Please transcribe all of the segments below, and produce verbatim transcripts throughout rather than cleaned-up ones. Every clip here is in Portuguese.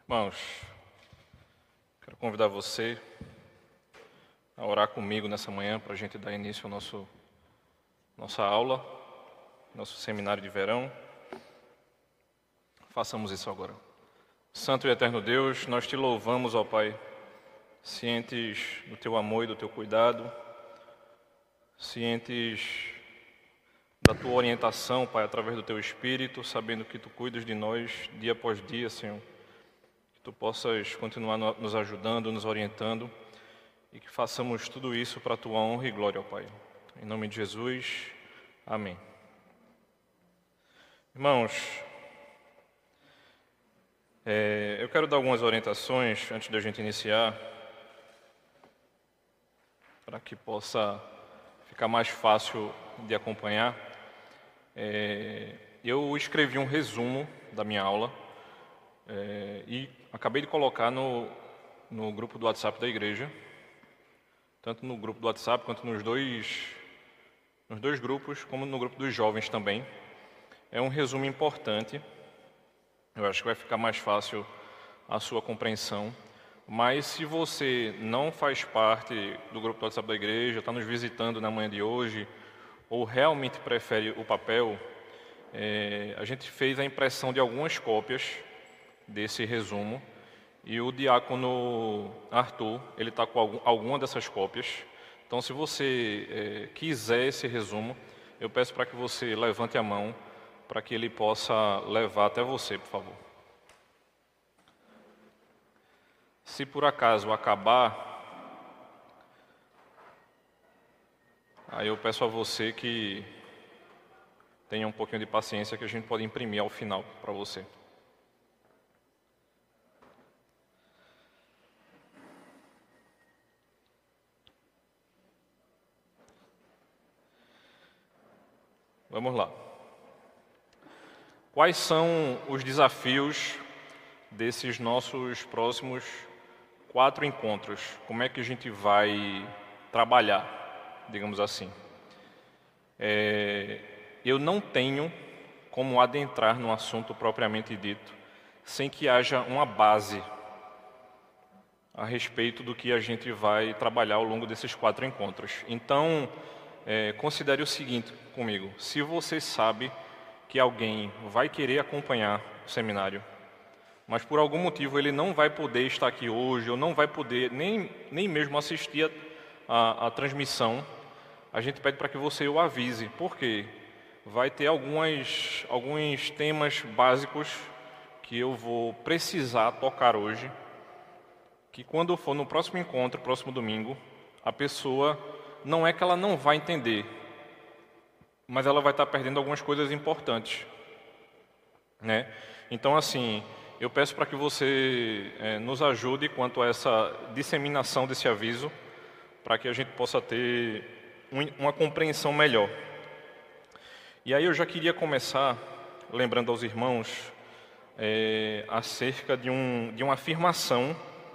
Irmãos, quero convidar você a orar comigo nessa manhã para a gente dar início ao nosso nossa aula, nosso seminário de verão. Façamos isso agora. Santo e eterno Deus, nós te louvamos, ó Pai, cientes do teu amor e do teu cuidado, cientes da tua orientação, Pai, através do teu Espírito, sabendo que tu cuidas de nós dia após dia, Senhor. Tu possas continuar nos ajudando, nos orientando e que façamos tudo isso para a Tua honra e glória, ó Pai. Em nome de Jesus, amém. Irmãos, é, eu quero dar algumas orientações antes da gente iniciar, para que possa ficar mais fácil de acompanhar. É, eu escrevi um resumo da minha aula é, e acabei de colocar no, no grupo do WhatsApp da igreja, tanto no grupo do WhatsApp quanto nos dois, nos dois grupos, como no grupo dos jovens também. É um resumo importante, eu acho que vai ficar mais fácil a sua compreensão. Mas se você não faz parte do grupo do WhatsApp da igreja, está nos visitando na manhã de hoje, ou realmente prefere o papel, é, a gente fez a impressão de algumas cópias desse resumo, e o diácono Arthur, ele está com algum, alguma dessas cópias. Então, se você é, quiser esse resumo, eu peço para que você levante a mão, para que ele possa levar até você, por favor. Se por acaso acabar, aí eu peço a você que tenha um pouquinho de paciência, que a gente pode imprimir ao final para você. Vamos lá. Quais são os desafios desses nossos próximos quatro encontros? Como é que a gente vai trabalhar, digamos assim? É, eu não tenho como adentrar no assunto propriamente dito, sem que haja uma base a respeito do que a gente vai trabalhar ao longo desses quatro encontros. Então, é, considere o seguinte comigo: se você sabe que alguém vai querer acompanhar o seminário, mas por algum motivo ele não vai poder estar aqui hoje, ou não vai poder nem, nem mesmo assistir a, a, a transmissão, a gente pede para que você o avise, porque vai ter algumas, alguns temas básicos que eu vou precisar tocar hoje, que quando for no próximo encontro, próximo domingo, a pessoa, não é que ela não vai entender, mas ela vai estar perdendo algumas coisas importantes, né? Então, assim, eu peço para que você é, nos ajude quanto a essa disseminação desse aviso, para que a gente possa ter um, uma compreensão melhor. E aí eu já queria começar lembrando aos irmãos é, acerca de, um, de uma afirmação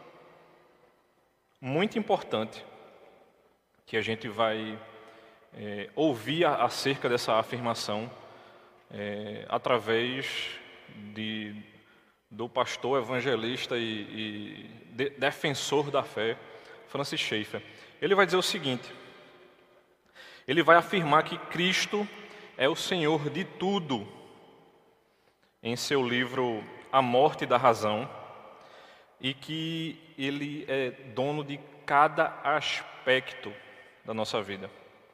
muito importante que a gente vai é, ouvir acerca dessa afirmação é, através de, do pastor, evangelista e, e de, defensor da fé, Francis Schaeffer. Ele vai dizer o seguinte: ele vai afirmar que Cristo é o Senhor de tudo, em seu livro A Morte da Razão, e que Ele é dono de cada aspecto da nossa vida.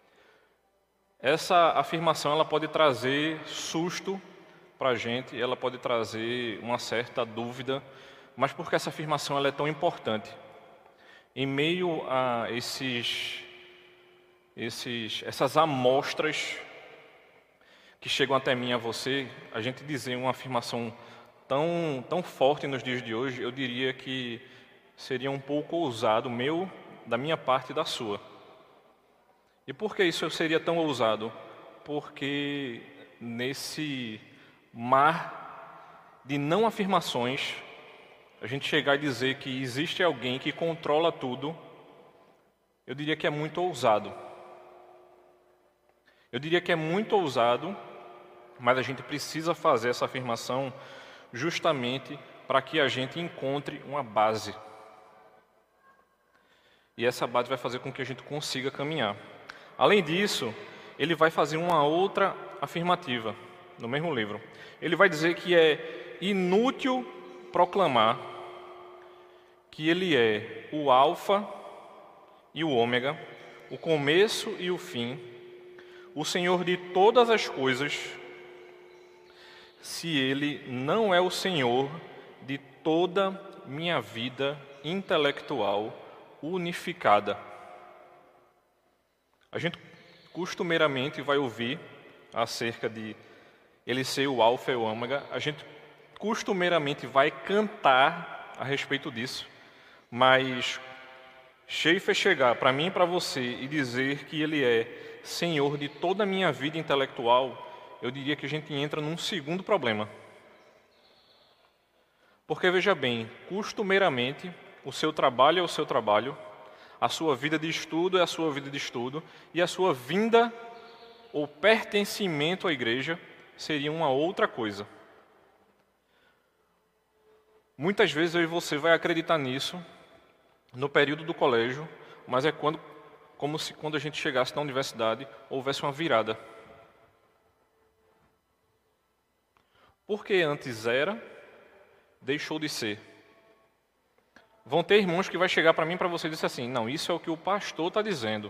Essa afirmação ela pode trazer susto para a gente, ela pode trazer uma certa dúvida, mas por que essa afirmação ela é tão importante? Em meio a esses, esses, essas amostras que chegam até mim e a você, a gente dizer uma afirmação tão, tão forte nos dias de hoje, eu diria que seria um pouco ousado meu, da minha parte e da sua. E por que isso seria tão ousado? Porque nesse mar de não afirmações, a gente chegar e dizer que existe alguém que controla tudo, eu diria que é muito ousado. Eu diria que é muito ousado, mas a gente precisa fazer essa afirmação justamente para que a gente encontre uma base. E essa base vai fazer com que a gente consiga caminhar. Além disso, ele vai fazer uma outra afirmativa no mesmo livro. Ele vai dizer que é inútil proclamar que ele é o alfa e o ômega, o começo e o fim, o Senhor de todas as coisas, se ele não é o Senhor de toda minha vida intelectual unificada. A gente costumeiramente vai ouvir acerca de ele ser o alfa e o ômega, a gente costumeiramente vai cantar a respeito disso, mas Schaeffer chegar para mim e para você e dizer que ele é Senhor de toda a minha vida intelectual, eu diria que a gente entra num segundo problema. Porque, veja bem, costumeiramente, o seu trabalho é o seu trabalho, a sua vida de estudo é a sua vida de estudo, e a sua vinda ou pertencimento à igreja seria uma outra coisa. Muitas vezes eu e você vai acreditar nisso no período do colégio, mas é quando, como se quando a gente chegasse na universidade houvesse uma virada. Porque antes era, deixou de ser. Vão ter irmãos que vai chegar para mim e para você e dizer assim, não, isso é o que o pastor está dizendo.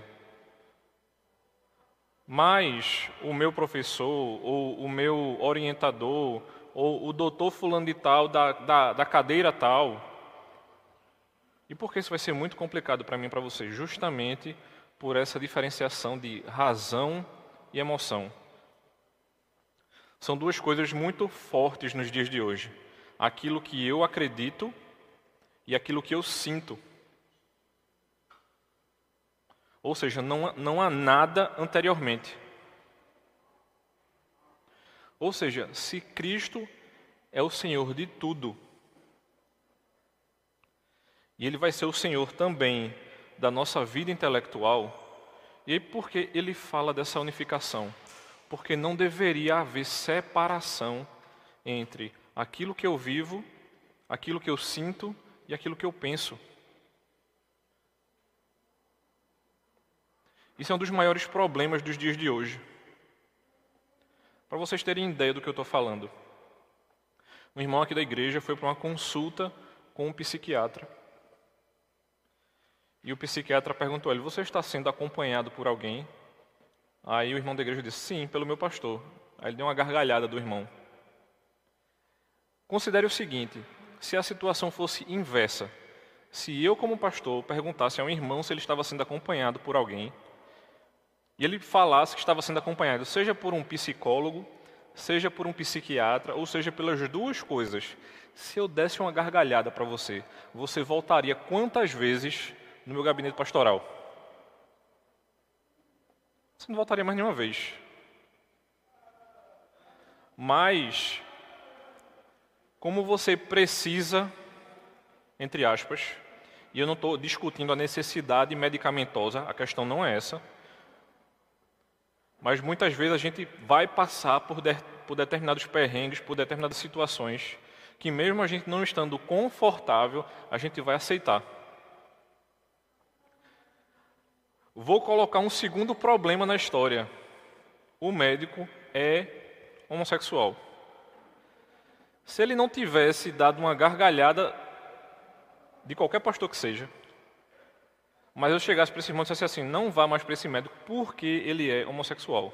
Mas o meu professor, ou o meu orientador, ou o doutor fulano de tal, da, da, da cadeira tal. E por que isso vai ser muito complicado para mim e para você? Justamente por essa diferenciação de razão e emoção. São duas coisas muito fortes nos dias de hoje. Aquilo que eu acredito e aquilo que eu sinto. Ou seja, não, não há nada anteriormente. Ou seja, se Cristo é o Senhor de tudo, e Ele vai ser o Senhor também da nossa vida intelectual, e aí por que Ele fala dessa unificação? Porque não deveria haver separação entre aquilo que eu vivo, aquilo que eu sinto e aquilo que eu penso. Isso é um dos maiores problemas dos dias de hoje. Para vocês terem ideia do que eu estou falando. Um irmão aqui da igreja foi para uma consulta com um psiquiatra. E o psiquiatra perguntou a ele, você está sendo acompanhado por alguém? Aí o irmão da igreja disse, sim, pelo meu pastor. Aí ele deu uma gargalhada do irmão. Considere o seguinte, se a situação fosse inversa, se eu como pastor perguntasse a um irmão se ele estava sendo acompanhado por alguém, e ele falasse que estava sendo acompanhado, seja por um psicólogo, seja por um psiquiatra, ou seja pelas duas coisas, se eu desse uma gargalhada para você, você voltaria quantas vezes no meu gabinete pastoral? Você não voltaria mais nenhuma vez. Mas, como você precisa, entre aspas, e eu não estou discutindo a necessidade medicamentosa, a questão não é essa, mas muitas vezes a gente vai passar por, de, por determinados perrengues, por determinadas situações, que mesmo a gente não estando confortável, a gente vai aceitar. Vou colocar um segundo problema na história. O médico é homossexual. Se ele não tivesse dado uma gargalhada, de qualquer pastor que seja, mas eu chegasse para esse irmão e dissesse assim, não vá mais para esse médico porque ele é homossexual.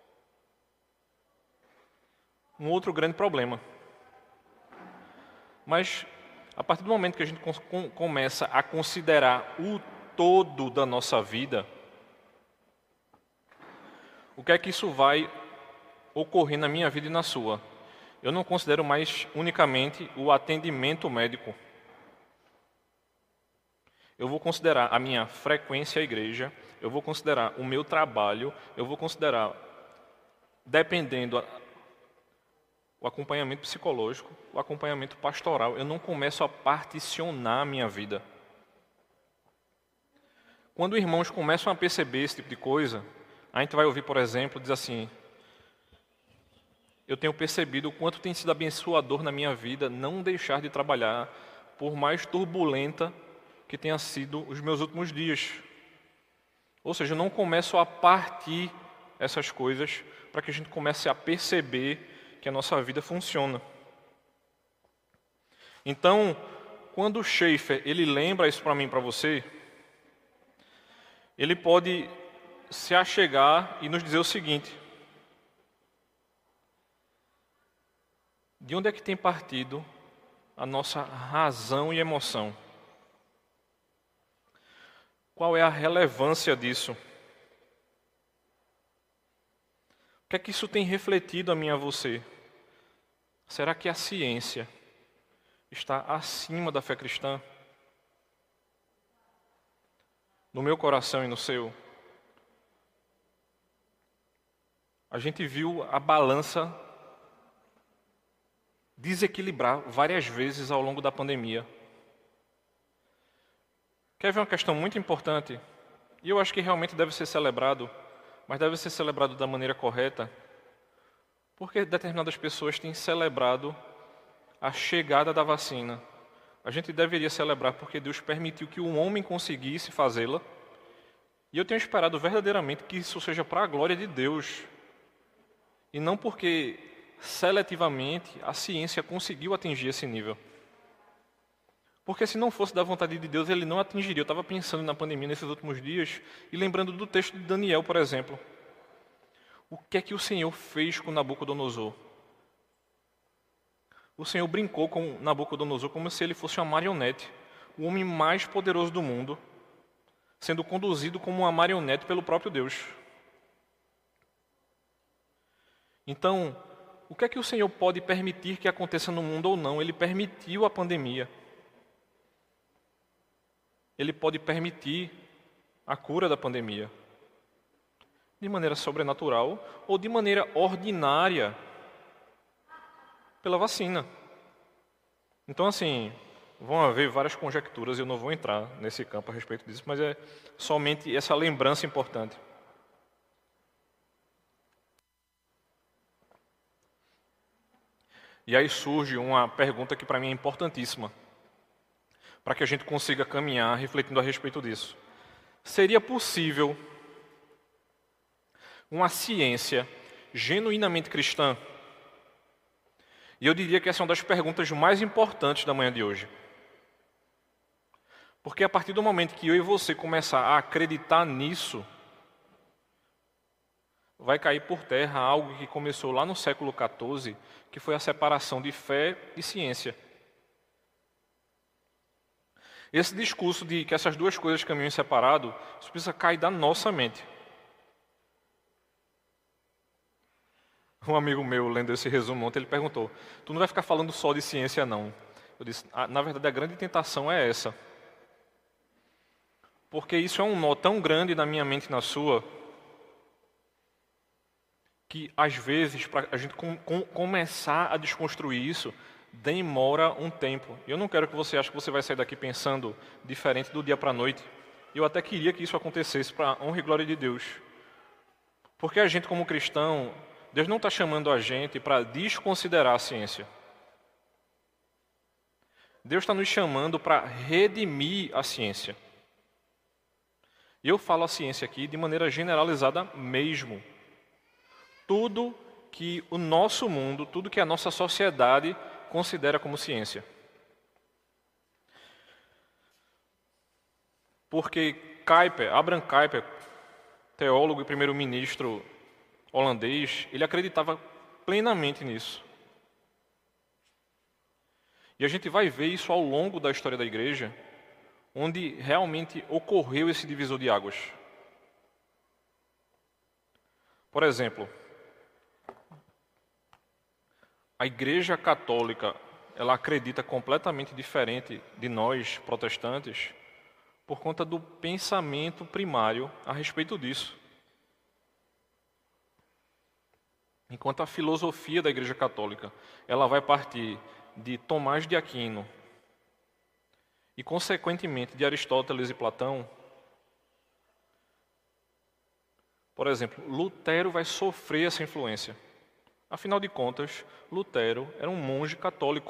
Um outro grande problema. Mas, a partir do momento que a gente com, começa a considerar o todo da nossa vida, o que é que isso vai ocorrer na minha vida e na sua? Eu não considero mais unicamente o atendimento médico. Eu vou considerar a minha frequência à igreja, eu vou considerar o meu trabalho, eu vou considerar, dependendo, o acompanhamento psicológico, o acompanhamento pastoral. Eu não começo a particionar a minha vida. Quando irmãos começam a perceber esse tipo de coisa, a gente vai ouvir, por exemplo, diz assim, eu tenho percebido o quanto tem sido abençoador na minha vida não deixar de trabalhar, por mais turbulenta que tenha sido os meus últimos dias. Ou seja, eu não começo a partir essas coisas para que a gente comece a perceber que a nossa vida funciona. Então, quando o Schaeffer, ele lembra isso para mim e para você, ele pode se achegar e nos dizer o seguinte: de onde é que tem partido a nossa razão e emoção? Qual é a relevância disso? O que é que isso tem refletido a mim e a você? Será que a ciência está acima da fé cristã? No meu coração e no seu? A gente viu a balança desequilibrar várias vezes ao longo da pandemia. Quer ver uma questão muito importante? E eu acho que realmente deve ser celebrado, mas deve ser celebrado da maneira correta, porque determinadas pessoas têm celebrado a chegada da vacina. A gente deveria celebrar porque Deus permitiu que o homem conseguisse fazê-la, e eu tenho esperado verdadeiramente que isso seja para a glória de Deus, e não porque seletivamente a ciência conseguiu atingir esse nível. Porque se não fosse da vontade de Deus, ele não atingiria. Eu estava pensando na pandemia nesses últimos dias e lembrando do texto de Daniel, por exemplo. O que é que o Senhor fez com Nabucodonosor? O Senhor brincou com Nabucodonosor como se ele fosse uma marionete, o homem mais poderoso do mundo, sendo conduzido como uma marionete pelo próprio Deus. Então, o que é que o Senhor pode permitir que aconteça no mundo ou não? Ele permitiu a pandemia. Ele pode permitir a cura da pandemia de maneira sobrenatural ou de maneira ordinária pela vacina. Então, assim, vão haver várias conjecturas, eu não vou entrar nesse campo a respeito disso, mas é somente essa lembrança importante. E aí surge uma pergunta que para mim é importantíssima, para que a gente consiga caminhar refletindo a respeito disso. Seria possível uma ciência genuinamente cristã? E eu diria que essa é uma das perguntas mais importantes da manhã de hoje. Porque a partir do momento que eu e você começar a acreditar nisso, vai cair por terra algo que começou lá no século quatorze, que foi a separação de fé e ciência. Esse discurso de que essas duas coisas caminham separado, isso precisa cair da nossa mente. Um amigo meu, lendo esse resumo ontem, ele perguntou: tu não vai ficar falando só de ciência, não? Eu disse: ah, na verdade, a grande tentação é essa. Porque isso é um nó tão grande na minha mente e na sua, que às vezes, para a gente com, com, começar a desconstruir isso, demora um tempo. Eu não quero que você ache que você vai sair daqui pensando diferente do dia para a noite. Eu até queria que isso acontecesse para a honra e glória de Deus. Porque a gente, como cristão, Deus não está chamando a gente para desconsiderar a ciência. Deus está nos chamando para redimir a ciência. E eu falo a ciência aqui de maneira generalizada mesmo. Tudo que o nosso mundo, tudo que a nossa sociedade considera como ciência. Porque Kuyper, Abraham Kuyper, teólogo e primeiro-ministro holandês, ele acreditava plenamente nisso. E a gente vai ver isso ao longo da história da igreja, onde realmente ocorreu esse divisor de águas. Por exemplo, a Igreja Católica, ela acredita completamente diferente de nós, protestantes, por conta do pensamento primário a respeito disso. Enquanto a filosofia da Igreja Católica, ela vai partir de Tomás de Aquino e, consequentemente, de Aristóteles e Platão. Por exemplo, Lutero vai sofrer essa influência. Afinal de contas, Lutero era um monge católico.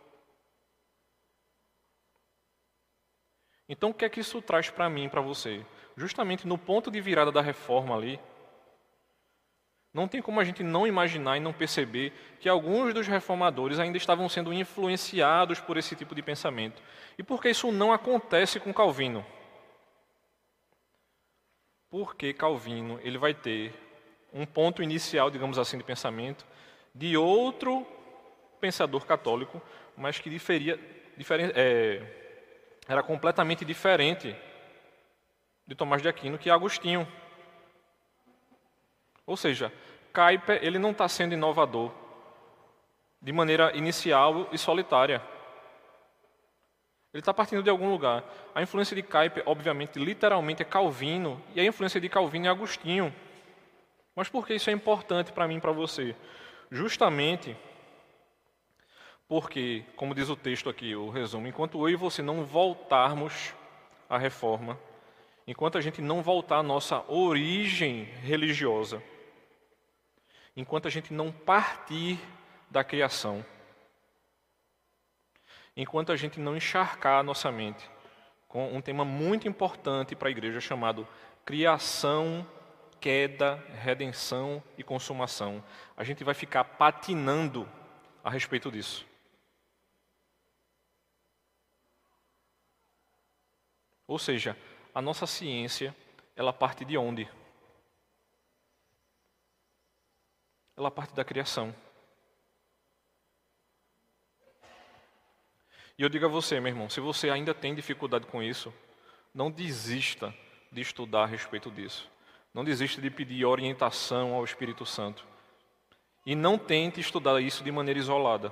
Então, o que é que isso traz para mim e para você? Justamente no ponto de virada da reforma ali, não tem como a gente não imaginar e não perceber que alguns dos reformadores ainda estavam sendo influenciados por esse tipo de pensamento. E por que isso não acontece com Calvino? Porque Calvino ele vai ter um ponto inicial, digamos assim, de pensamento de outro pensador católico, mas que diferia, diferen, é, era completamente diferente de Tomás de Aquino, que é Agostinho. Ou seja, Kuyper ele não está sendo inovador de maneira inicial e solitária. Ele está partindo de algum lugar. A influência de Kuyper, obviamente, literalmente é Calvino, e a influência de Calvino é Agostinho. Mas por que isso é importante para mim e para você? Justamente porque, como diz o texto aqui, o resumo, enquanto eu e você não voltarmos à reforma, enquanto a gente não voltar à nossa origem religiosa, enquanto a gente não partir da criação, enquanto a gente não encharcar a nossa mente com um tema muito importante para a igreja chamado criação, queda, redenção e consumação, a gente vai ficar patinando a respeito disso. Ou seja, a nossa ciência, ela parte de onde? Ela parte da criação. E eu digo a você, meu irmão, se você ainda tem dificuldade com isso, não desista de estudar a respeito disso. Não desista de pedir orientação ao Espírito Santo. E não tente estudar isso de maneira isolada.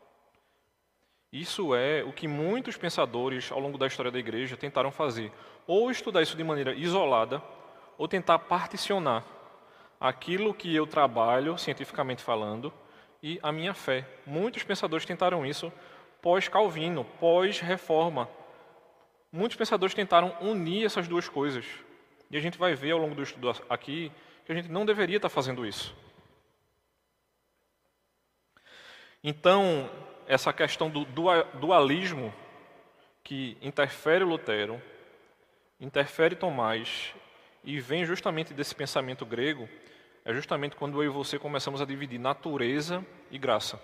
Isso é o que muitos pensadores ao longo da história da igreja tentaram fazer. Ou estudar isso de maneira isolada, ou tentar particionar aquilo que eu trabalho, cientificamente falando, e a minha fé. Muitos pensadores tentaram isso pós-Calvino, pós-reforma. Muitos pensadores tentaram unir essas duas coisas. E a gente vai ver ao longo do estudo aqui que a gente não deveria estar fazendo isso. Então, essa questão do dualismo que interfere Lutero, interfere Tomás e vem justamente desse pensamento grego, é justamente quando eu e você começamos a dividir natureza e graça.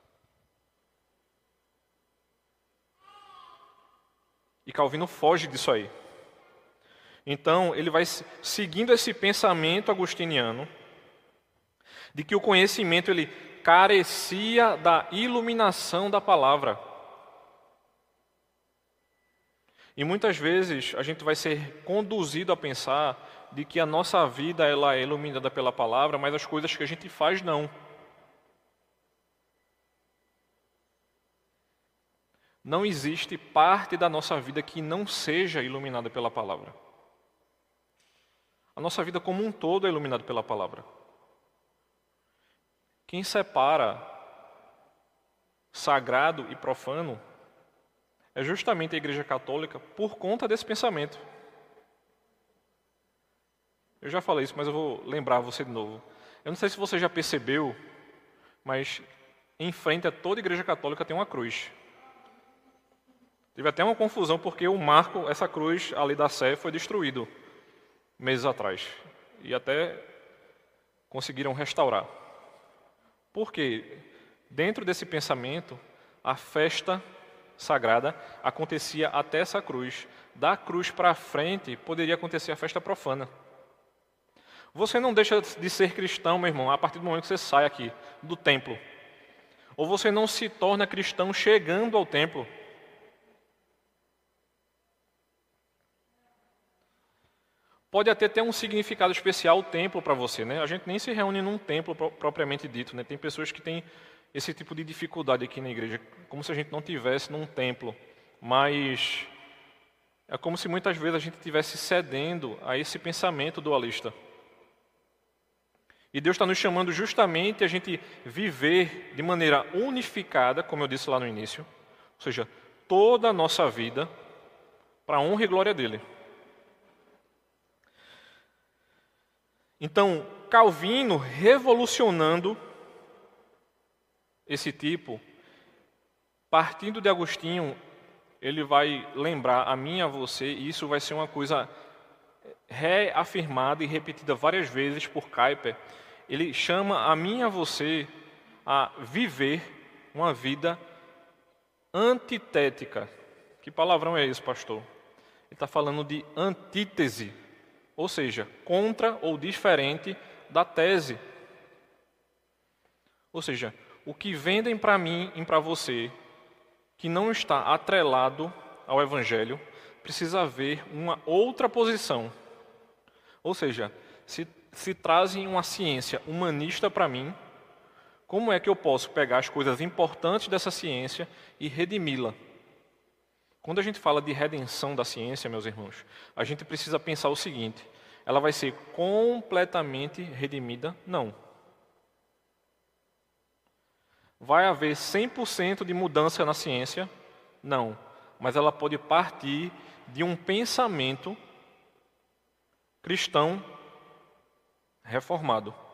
E Calvino foge disso aí. Então, ele vai seguindo esse pensamento agostiniano de que o conhecimento ele carecia da iluminação da palavra. E muitas vezes a gente vai ser conduzido a pensar de que a nossa vida ela é iluminada pela palavra, mas as coisas que a gente faz não. Não existe parte da nossa vida que não seja iluminada pela palavra. A nossa vida como um todo é iluminada pela palavra. Quem separa sagrado e profano é justamente a Igreja Católica por conta desse pensamento. Eu já falei isso, mas eu vou lembrar você de novo. Eu não sei se você já percebeu, mas em frente a toda a Igreja Católica tem uma cruz. Teve até uma confusão porque o marco, essa cruz ali da Sé, foi destruído meses atrás. E até conseguiram restaurar. Porque dentro desse pensamento, a festa sagrada acontecia até essa cruz. Da cruz para frente, poderia acontecer a festa profana. Você não deixa de ser cristão, meu irmão, a partir do momento que você sai aqui do templo. Ou você não se torna cristão chegando ao templo. Pode até ter um significado especial o templo para você, né? A gente nem se reúne num templo propriamente dito, né? Tem pessoas que têm esse tipo de dificuldade aqui na igreja, como se a gente não tivesse num templo. Mas é como se muitas vezes a gente estivesse cedendo a esse pensamento dualista. E Deus está nos chamando justamente a gente viver de maneira unificada, como eu disse lá no início, ou seja, toda a nossa vida para a honra e glória dele. Então, Calvino revolucionando esse tipo, partindo de Agostinho, ele vai lembrar a mim e a você, e isso vai ser uma coisa reafirmada e repetida várias vezes por Kuyper. Ele chama a mim e a você a viver uma vida antitética. Que palavrão é esse, pastor? Ele está falando de antítese, ou seja, contra ou diferente da tese. Ou seja, o que vendem para mim e para você, que não está atrelado ao Evangelho, precisa haver uma outra posição. Ou seja, se, se trazem uma ciência humanista para mim, como é que eu posso pegar as coisas importantes dessa ciência e redimi-la? Quando a gente fala de redenção da ciência, meus irmãos, a gente precisa pensar o seguinte: ela vai ser completamente redimida? Não. Vai haver cem por cento de mudança na ciência? Não. Mas ela pode partir de um pensamento cristão reformado.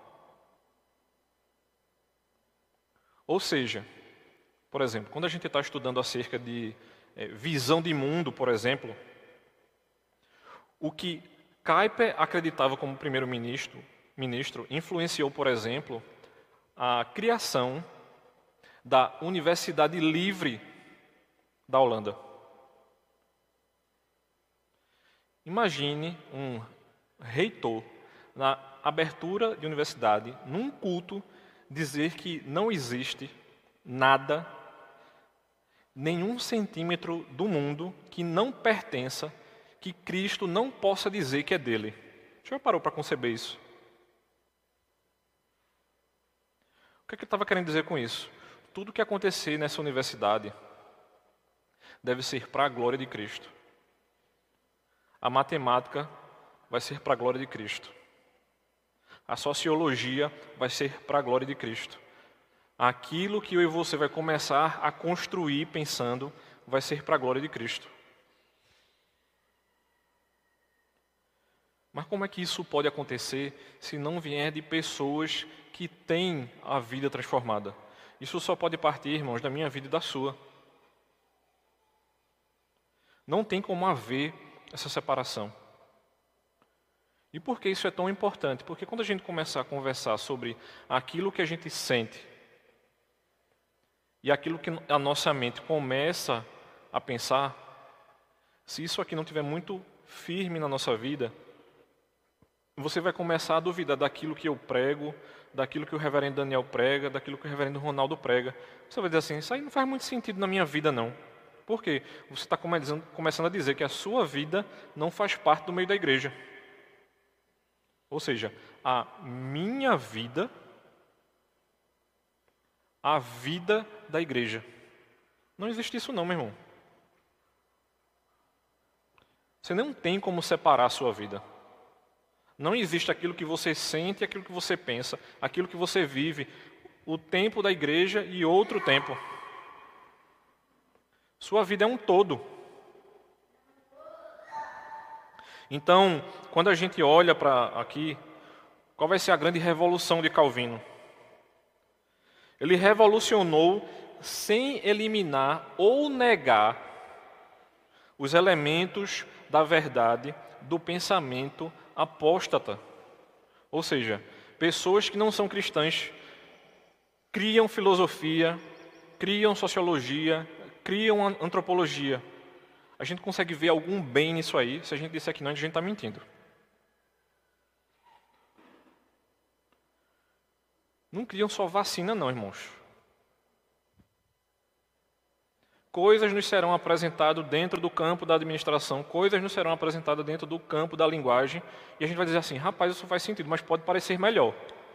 Ou seja, por exemplo, quando a gente está estudando acerca de é, visão de mundo, por exemplo, o que Kuyper acreditava como primeiro-ministro ministro, influenciou, por exemplo, a criação da Universidade Livre da Holanda. Imagine um reitor, na abertura de universidade, num culto, dizer que não existe nada, nenhum centímetro do mundo que não pertença, que Cristo não possa dizer que é dele. Já parou para conceber isso? O que, é que ele estava querendo dizer com isso? Tudo que acontecer nessa universidade deve ser para a glória de Cristo. A matemática vai ser para a glória de Cristo. A sociologia vai ser para a glória de Cristo. Aquilo que eu e você vai começar a construir pensando vai ser para a glória de Cristo. Mas como é que isso pode acontecer se não vier de pessoas que têm a vida transformada? Isso só pode partir, irmãos, da minha vida e da sua. Não tem como haver essa separação. E por que isso é tão importante? Porque quando a gente começar a conversar sobre aquilo que a gente sente e aquilo que a nossa mente começa a pensar, se isso aqui não estiver muito firme na nossa vida, você vai começar a duvidar daquilo que eu prego, daquilo que o reverendo Daniel prega, daquilo que o reverendo Ronaldo prega. Você vai dizer assim, isso aí não faz muito sentido na minha vida, não. Por quê? Você está começando a dizer que a sua vida não faz parte do meio da igreja. Ou seja, a minha vida, a vida da igreja. Não existe isso não, meu irmão. Você não tem como separar a sua vida. Não existe aquilo que você sente e aquilo que você pensa, aquilo que você vive, o tempo da igreja e outro tempo. Sua vida é um todo. Então, quando a gente olha para aqui, qual vai ser a grande revolução de Calvino? Ele revolucionou sem eliminar ou negar os elementos da verdade do pensamento apóstata. Ou seja, pessoas que não são cristãs criam filosofia, criam sociologia, criam antropologia. A gente consegue ver algum bem nisso aí? Se a gente disser que não, a gente está mentindo. Não criam só vacina não, irmãos. Coisas nos serão apresentadas dentro do campo da administração, coisas nos serão apresentadas dentro do campo da linguagem, e a gente vai dizer assim, rapaz, isso faz sentido, mas pode parecer melhor.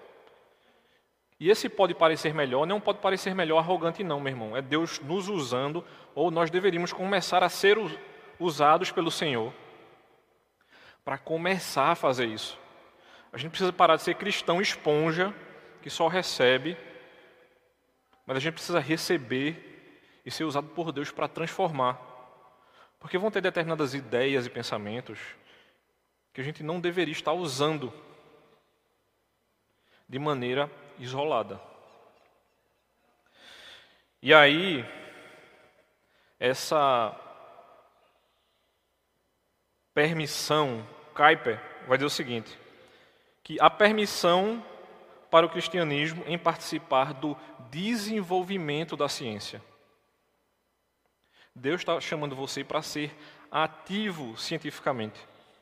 E esse pode parecer melhor, não pode parecer melhor arrogante não, meu irmão. É Deus nos usando, ou nós deveríamos começar a ser usados pelo Senhor para começar a fazer isso. A gente precisa parar de ser cristão esponja, que só recebe, mas a gente precisa receber e ser usado por Deus para transformar. Porque vão ter determinadas ideias e pensamentos que a gente não deveria estar usando de maneira isolada. E aí, essa permissão, Kuyper vai dizer o seguinte, que a permissão para o cristianismo em participar do desenvolvimento da ciência. Deus está chamando você para ser ativo cientificamente.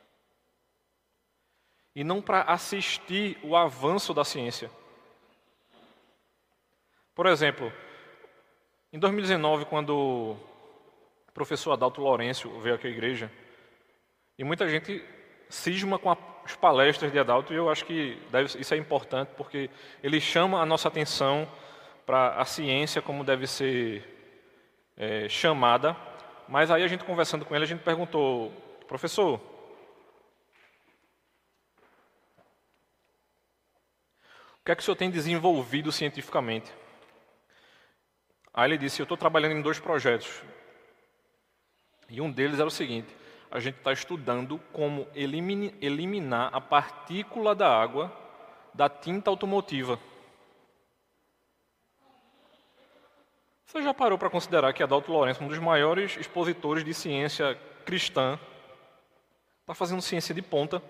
E não para assistir o avanço da ciência. Por exemplo, em dois mil e dezenove, quando o professor Adalto Lourenço veio aqui à igreja, e muita gente cisma com as palestras de Adalto, e eu acho que deve, isso é importante, porque ele chama a nossa atenção para a ciência como deve ser é, chamada. Mas aí a gente conversando com ele, a gente perguntou, professor, o que é que o senhor tem desenvolvido cientificamente? Aí ele disse, eu estou trabalhando em dois projetos. E um deles era o seguinte, a gente está estudando como eliminar a partícula da água da tinta automotiva. Você já parou para considerar que Adalto Lourenço, um dos maiores expositores de ciência cristã, está fazendo ciência de ponta?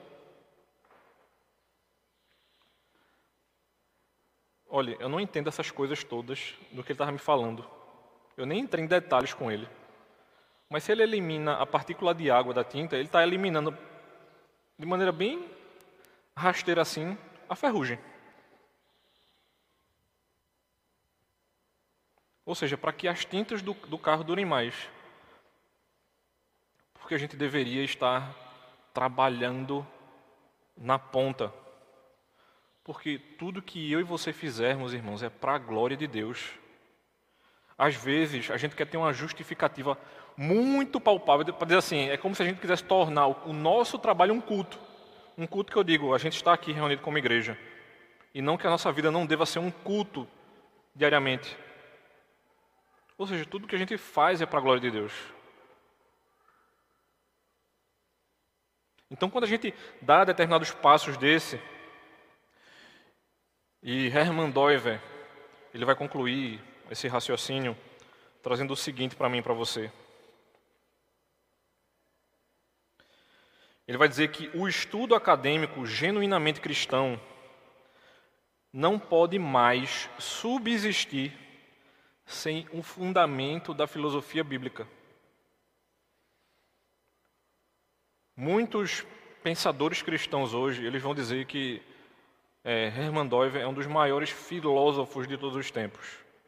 Olha, eu não entendo essas coisas todas do que ele estava me falando. Eu nem entrei em detalhes com ele. Mas se ele elimina a partícula de água da tinta, ele está eliminando, de maneira bem rasteira assim, a ferrugem. Ou seja, para que as tintas do, do carro durem mais. Porque a gente deveria estar trabalhando na ponta. Porque tudo que eu e você fizermos, irmãos, é para a glória de Deus. Às vezes, a gente quer ter uma justificativa muito palpável para dizer assim, é como se a gente quisesse tornar o nosso trabalho um culto. Um culto que eu digo, a gente está aqui reunido como igreja. E não que a nossa vida não deva ser um culto diariamente. Ou seja, tudo que a gente faz é para a glória de Deus. Então, quando a gente dá determinados passos desse, e Hermann Doiver, ele vai concluir esse raciocínio trazendo o seguinte para mim e para você. Ele vai dizer que o estudo acadêmico genuinamente cristão não pode mais subsistir sem um fundamento da filosofia bíblica. Muitos pensadores cristãos hoje, eles vão dizer que é, Hermann Doiver é um dos maiores filósofos de todos os tempos.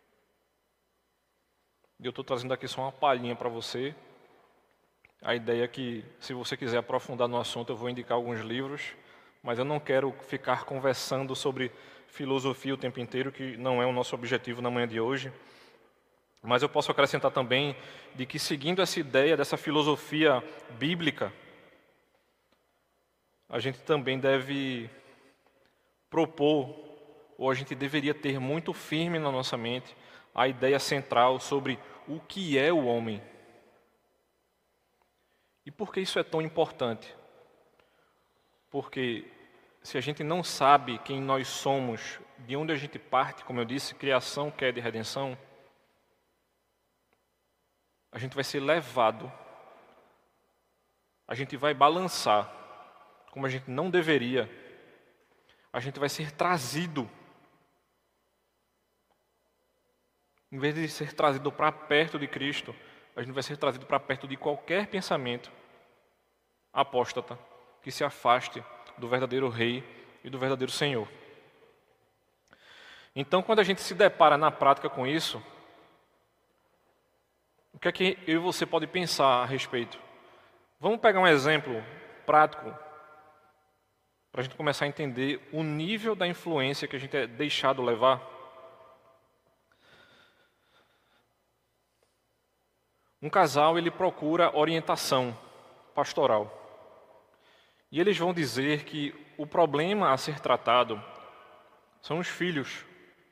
E eu estou trazendo aqui só uma palhinha para você. A ideia é que, se você quiser aprofundar no assunto, eu vou indicar alguns livros, mas eu não quero ficar conversando sobre filosofia o tempo inteiro, que não é o nosso objetivo na manhã de hoje. Mas eu posso acrescentar também de que, seguindo essa ideia dessa filosofia bíblica, a gente também deve propor, ou a gente deveria ter muito firme na nossa mente, a ideia central sobre o que é o homem. E por que isso é tão importante? Porque se a gente não sabe quem nós somos, de onde a gente parte, como eu disse, criação, queda e redenção, a gente vai ser levado, a gente vai balançar, como a gente não deveria, a gente vai ser trazido, em vez de ser trazido para perto de Cristo, a gente vai ser trazido para perto de qualquer pensamento apóstata que se afaste do verdadeiro Rei e do verdadeiro Senhor. Então, quando a gente se depara na prática com isso, o que é que eu e você pode pensar a respeito? Vamos pegar um exemplo prático para a gente começar a entender o nível da influência que a gente é deixado levar. Um casal, ele procura orientação pastoral. E eles vão dizer que o problema a ser tratado são os filhos.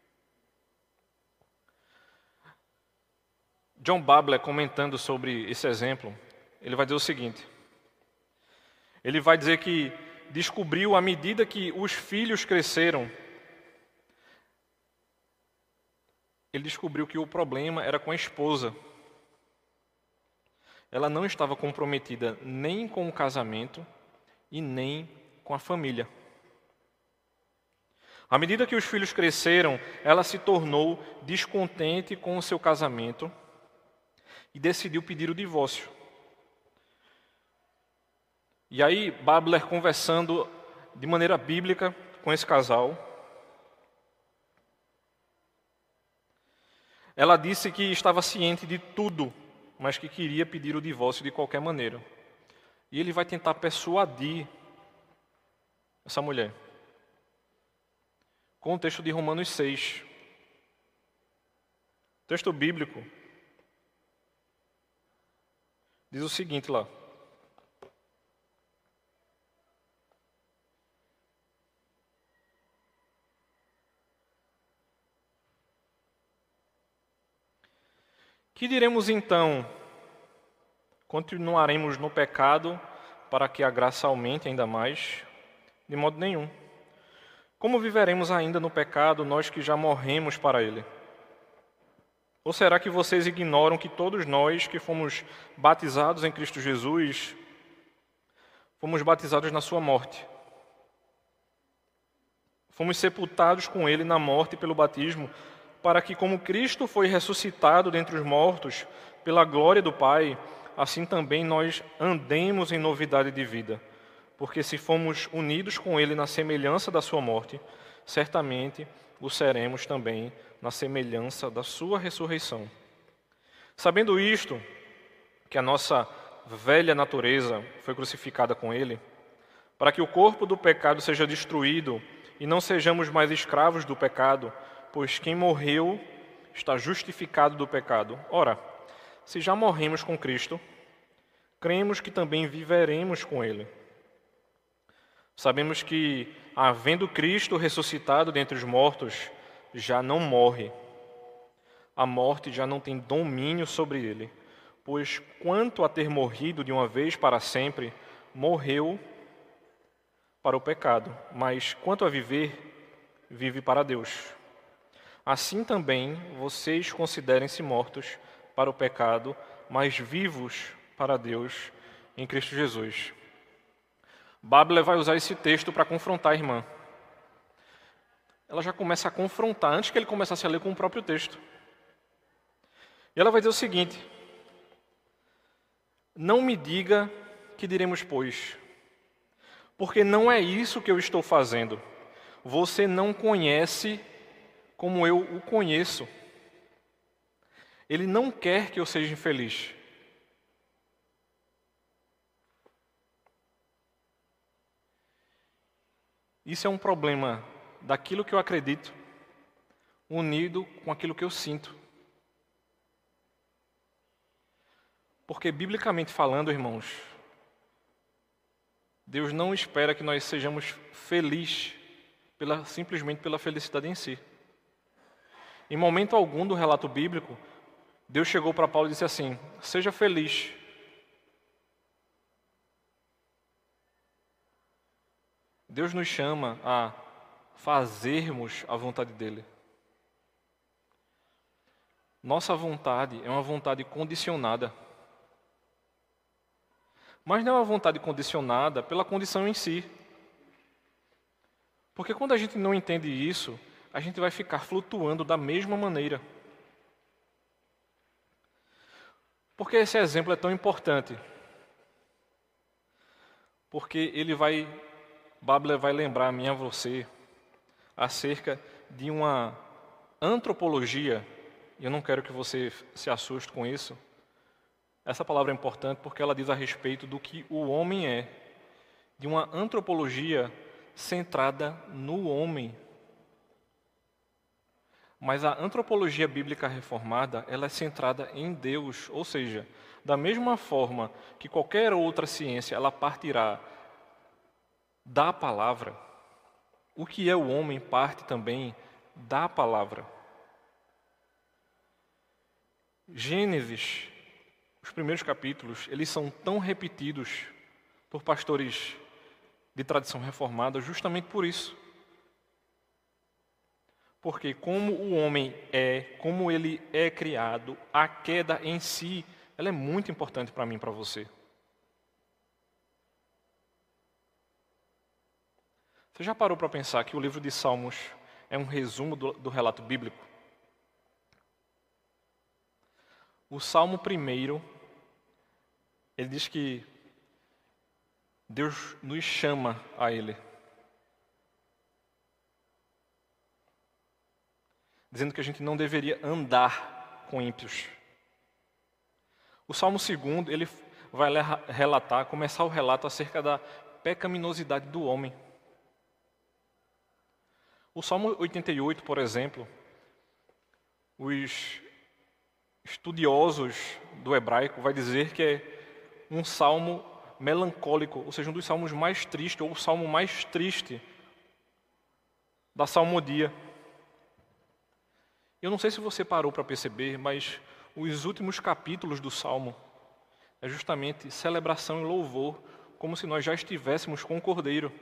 John Babler, comentando sobre esse exemplo, ele vai dizer o seguinte. Ele vai dizer que descobriu, à medida que os filhos cresceram, ele descobriu que o problema era com a esposa. Ela não estava comprometida nem com o casamento e nem com a família. À medida que os filhos cresceram, ela se tornou descontente com o seu casamento e decidiu pedir o divórcio. E aí, Babler, conversando de maneira bíblica com esse casal, ela disse que estava ciente de tudo, mas que queria pedir o divórcio de qualquer maneira. E ele vai tentar persuadir essa mulher com o texto de Romanos seis. O texto bíblico diz o seguinte lá. Que diremos então? Continuaremos no pecado para que a graça aumente ainda mais? De modo nenhum. Como viveremos ainda no pecado, nós que já morremos para ele? Ou será que vocês ignoram que todos nós que fomos batizados em Cristo Jesus, fomos batizados na sua morte? Fomos sepultados com ele na morte pelo batismo, para que, como Cristo foi ressuscitado dentre os mortos, pela glória do Pai, assim também nós andemos em novidade de vida. Porque se fomos unidos com ele na semelhança da sua morte, certamente o seremos também na semelhança da sua ressurreição. Sabendo isto, que a nossa velha natureza foi crucificada com ele, para que o corpo do pecado seja destruído e não sejamos mais escravos do pecado, pois quem morreu está justificado do pecado. Ora, se já morremos com Cristo, cremos que também viveremos com ele. Sabemos que, havendo Cristo ressuscitado dentre os mortos, já não morre. A morte já não tem domínio sobre ele, pois quanto a ter morrido de uma vez para sempre, morreu para o pecado, mas quanto a viver, vive para Deus. Assim também vocês considerem-se mortos para o pecado, mas vivos para Deus em Cristo Jesus. Babler vai usar esse texto para confrontar a irmã. Ela já começa a confrontar, antes que ele começasse a ler com o próprio texto. E ela vai dizer o seguinte: não me diga que diremos, pois, porque não é isso que eu estou fazendo. Você não conhece como eu o conheço. Ele não quer que eu seja infeliz. Isso é um problema daquilo que eu acredito, unido com aquilo que eu sinto. Porque, biblicamente falando, irmãos, Deus não espera que nós sejamos felizes pela, simplesmente pela felicidade em si. Em momento algum do relato bíblico, Deus chegou para Paulo e disse assim: seja feliz. Deus nos chama a fazermos a vontade dele. Nossa vontade é uma vontade condicionada. Mas não é uma vontade condicionada pela condição em si. Porque quando a gente não entende isso, a gente vai ficar flutuando da mesma maneira. Por que esse exemplo é tão importante? Porque ele vai, Babler vai lembrar a mim e a você acerca de uma antropologia, e eu não quero que você se assuste com isso. Essa palavra é importante porque ela diz a respeito do que o homem é, de uma antropologia centrada no homem. Mas a antropologia bíblica reformada, ela é centrada em Deus, ou seja, da mesma forma que qualquer outra ciência, ela partirá da palavra, o que é o homem parte também da palavra. Gênesis, os primeiros capítulos, eles são tão repetidos por pastores de tradição reformada justamente por isso. Porque como o homem é, como ele é criado, a queda em si, ela é muito importante para mim e para você. Você já parou para pensar que o livro de Salmos é um resumo do, do relato bíblico? O Salmo primeiro, ele diz que Deus nos chama a Ele. Dizendo que a gente não deveria andar com ímpios. O Salmo segundo, ele vai relatar, começar o relato acerca da pecaminosidade do homem. O Salmo oitenta e oito, por exemplo, os estudiosos do hebraico vai dizer que é um salmo melancólico, ou seja, um dos salmos mais tristes, ou o salmo mais triste da salmodia. Eu não sei se você parou para perceber, mas os últimos capítulos do Salmo é justamente celebração e louvor, como se nós já estivéssemos com o Cordeiro.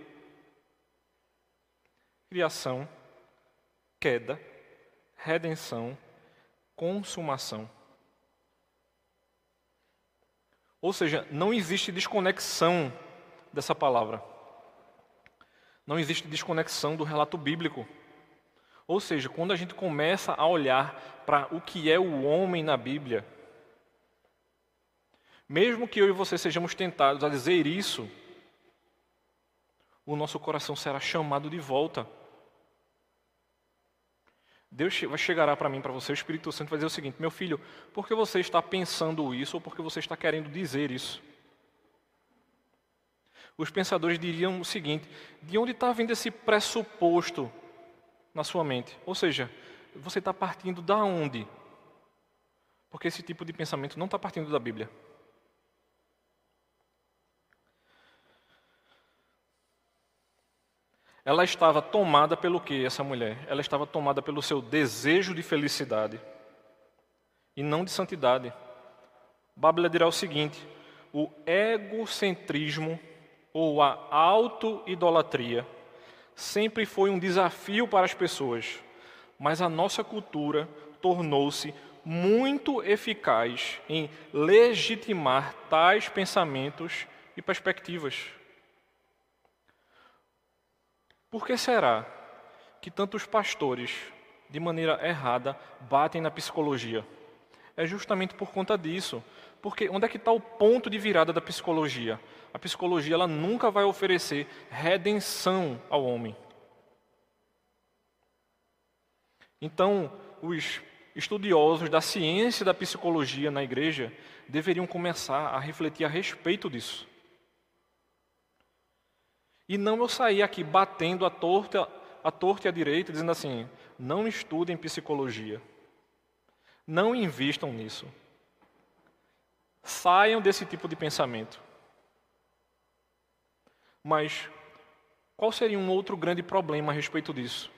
Criação, queda, redenção, consumação. Ou seja, não existe desconexão dessa palavra. Não existe desconexão do relato bíblico. Ou seja, quando a gente começa a olhar para o que é o homem na Bíblia, mesmo que eu e você sejamos tentados a dizer isso, o nosso coração será chamado de volta. Deus vai chegará para mim, para você, o Espírito Santo vai dizer o seguinte: meu filho, por que você está pensando isso ou por que você está querendo dizer isso? Os pensadores diriam o seguinte: de onde está vindo esse pressuposto na sua mente? Ou seja, você está partindo da onde? Porque esse tipo de pensamento não está partindo da Bíblia. Ela estava tomada pelo quê, essa mulher? Ela estava tomada pelo seu desejo de felicidade e não de santidade. A Bíblia dirá o seguinte: o egocentrismo ou a auto-idolatria sempre foi um desafio para as pessoas, mas a nossa cultura tornou-se muito eficaz em legitimar tais pensamentos e perspectivas. Por que será que tantos pastores, de maneira errada, batem na psicologia? É justamente por conta disso. Porque onde é que está o ponto de virada da psicologia? A psicologia ela nunca vai oferecer redenção ao homem. Então, os estudiosos da ciência da psicologia na igreja deveriam começar a refletir a respeito disso. E não eu sair aqui batendo a torta, a torta e a direita, dizendo assim: não estudem psicologia, não invistam nisso, saiam desse tipo de pensamento. Mas qual seria um outro grande problema a respeito disso?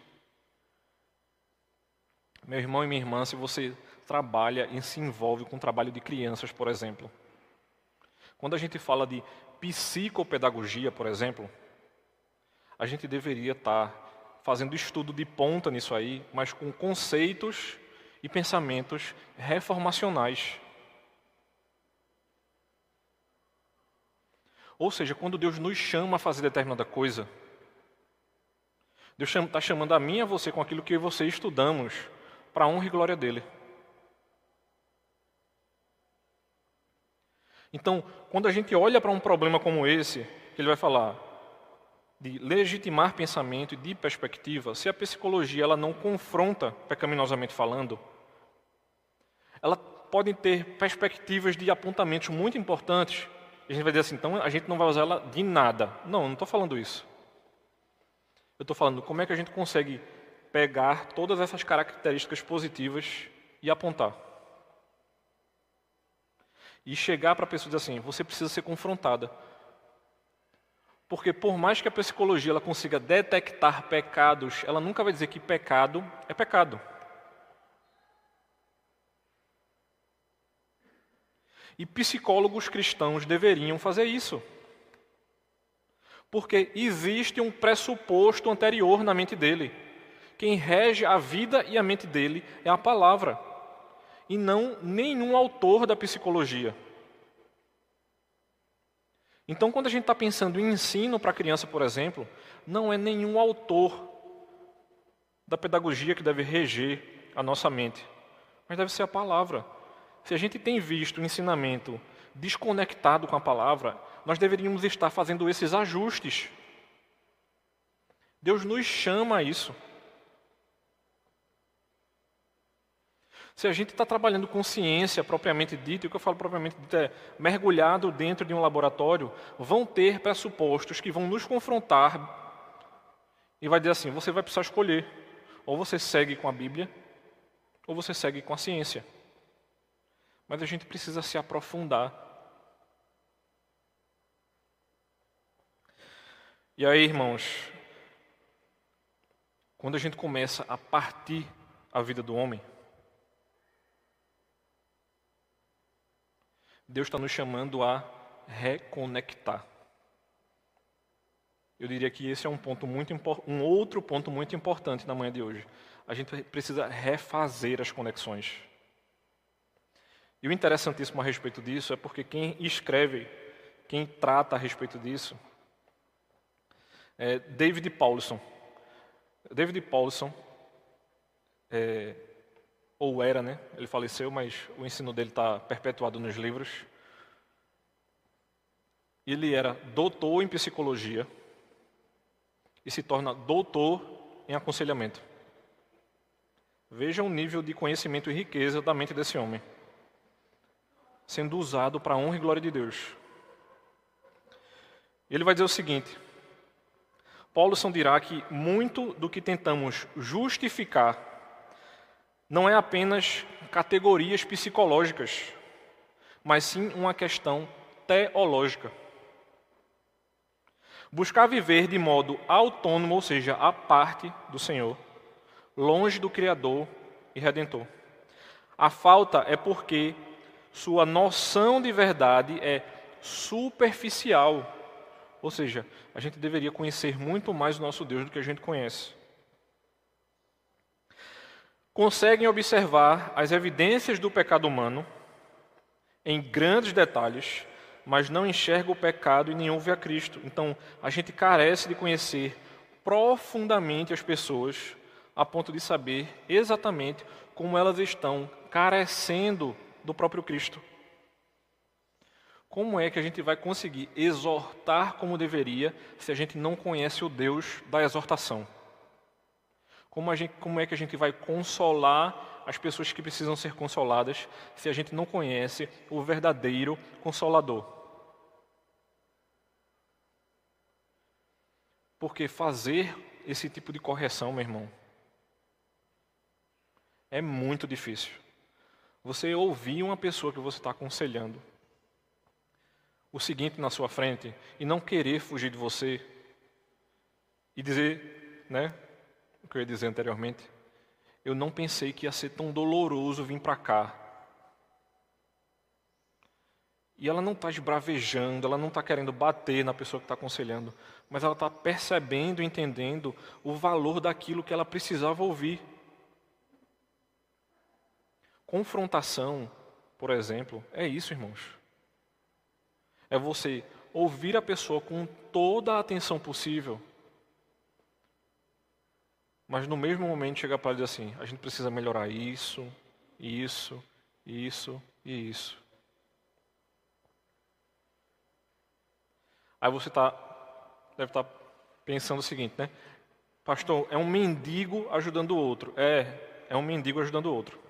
Meu irmão e minha irmã, se você trabalha e se envolve com o trabalho de crianças, por exemplo, quando a gente fala de psicopedagogia, por exemplo, a gente deveria estar fazendo estudo de ponta nisso aí, mas com conceitos e pensamentos reformacionais. Ou seja, quando Deus nos chama a fazer determinada coisa, Deus está chamando a mim e a você com aquilo que eu e você estudamos, para a honra e glória dele. Então, quando a gente olha para um problema como esse, que ele vai falar de legitimar pensamento e de perspectiva, se a psicologia ela não confronta, pecaminosamente falando, ela pode ter perspectivas de apontamentos muito importantes. E a gente vai dizer assim, então a gente não vai usar ela de nada. Não, eu não estou falando isso. Eu estou falando como é que a gente consegue pegar todas essas características positivas e apontar. E chegar para a pessoa e dizer assim, você precisa ser confrontada. Porque por mais que a psicologia ela consiga detectar pecados, ela nunca vai dizer que pecado é pecado. E psicólogos cristãos deveriam fazer isso. Porque existe um pressuposto anterior na mente dele, Quem rege a vida e a mente dele é a palavra, e não nenhum autor da psicologia. Então, quando a gente está pensando em ensino para a criança, por exemplo, não é nenhum autor da pedagogia que deve reger a nossa mente, mas deve ser a palavra. Se a gente tem visto o ensinamento desconectado com a palavra, nós deveríamos estar fazendo esses ajustes. Deus nos chama a isso. Se a gente está trabalhando com ciência propriamente dita, e o que eu falo propriamente dito é mergulhado dentro de um laboratório, vão ter pressupostos que vão nos confrontar e vai dizer assim, você vai precisar escolher, ou você segue com a Bíblia, ou você segue com a ciência. Mas a gente precisa se aprofundar. E aí, irmãos, quando a gente começa a partir a vida do homem, Deus está nos chamando a reconectar. Eu diria que esse é um ponto muito um outro ponto muito importante na manhã de hoje. A gente precisa refazer as conexões. E o interessantíssimo a respeito disso é porque quem escreve, quem trata a respeito disso, é David Powlison. David Powlison, é, ou era, né? Ele faleceu, mas o ensino dele está perpetuado nos livros. Ele era doutor em psicologia e se torna doutor em aconselhamento. Veja o nível de conhecimento e riqueza da mente desse homem, sendo usado para a honra e glória de Deus. Ele vai dizer o seguinte: Powlison dirá que muito do que tentamos justificar não é apenas categorias psicológicas, mas sim uma questão teológica. Buscar viver de modo autônomo, ou seja, à parte do Senhor, longe do Criador e Redentor. A falta é porque sua noção de verdade é superficial. Ou seja, a gente deveria conhecer muito mais o nosso Deus do que a gente conhece. Conseguem observar as evidências do pecado humano em grandes detalhes, mas não enxergam o pecado e nem ouvem a Cristo. Então, a gente carece de conhecer profundamente as pessoas a ponto de saber exatamente como elas estão carecendo do próprio Cristo. Como é que a gente vai conseguir exortar como deveria se a gente não conhece o Deus da exortação? Como, a gente, como é que a gente vai consolar as pessoas que precisam ser consoladas se a gente não conhece o verdadeiro Consolador? Porque fazer esse tipo de correção, meu irmão, é muito difícil. Você ouvir uma pessoa que você está aconselhando o seguinte na sua frente e não querer fugir de você e dizer, né, o que eu ia dizer anteriormente, eu não pensei que ia ser tão doloroso vir para cá. E ela não está esbravejando, ela não está querendo bater na pessoa que está aconselhando, mas ela está percebendo, entendendo o valor daquilo que ela precisava ouvir. Confrontação, por exemplo, é isso, irmãos. É você ouvir a pessoa com toda a atenção possível, mas no mesmo momento chegar para ela e dizer assim, a gente precisa melhorar isso, isso, isso e isso. Aí você tá, deve estar pensando o seguinte, né? Pastor, é um mendigo ajudando o outro. É, é um mendigo ajudando o outro.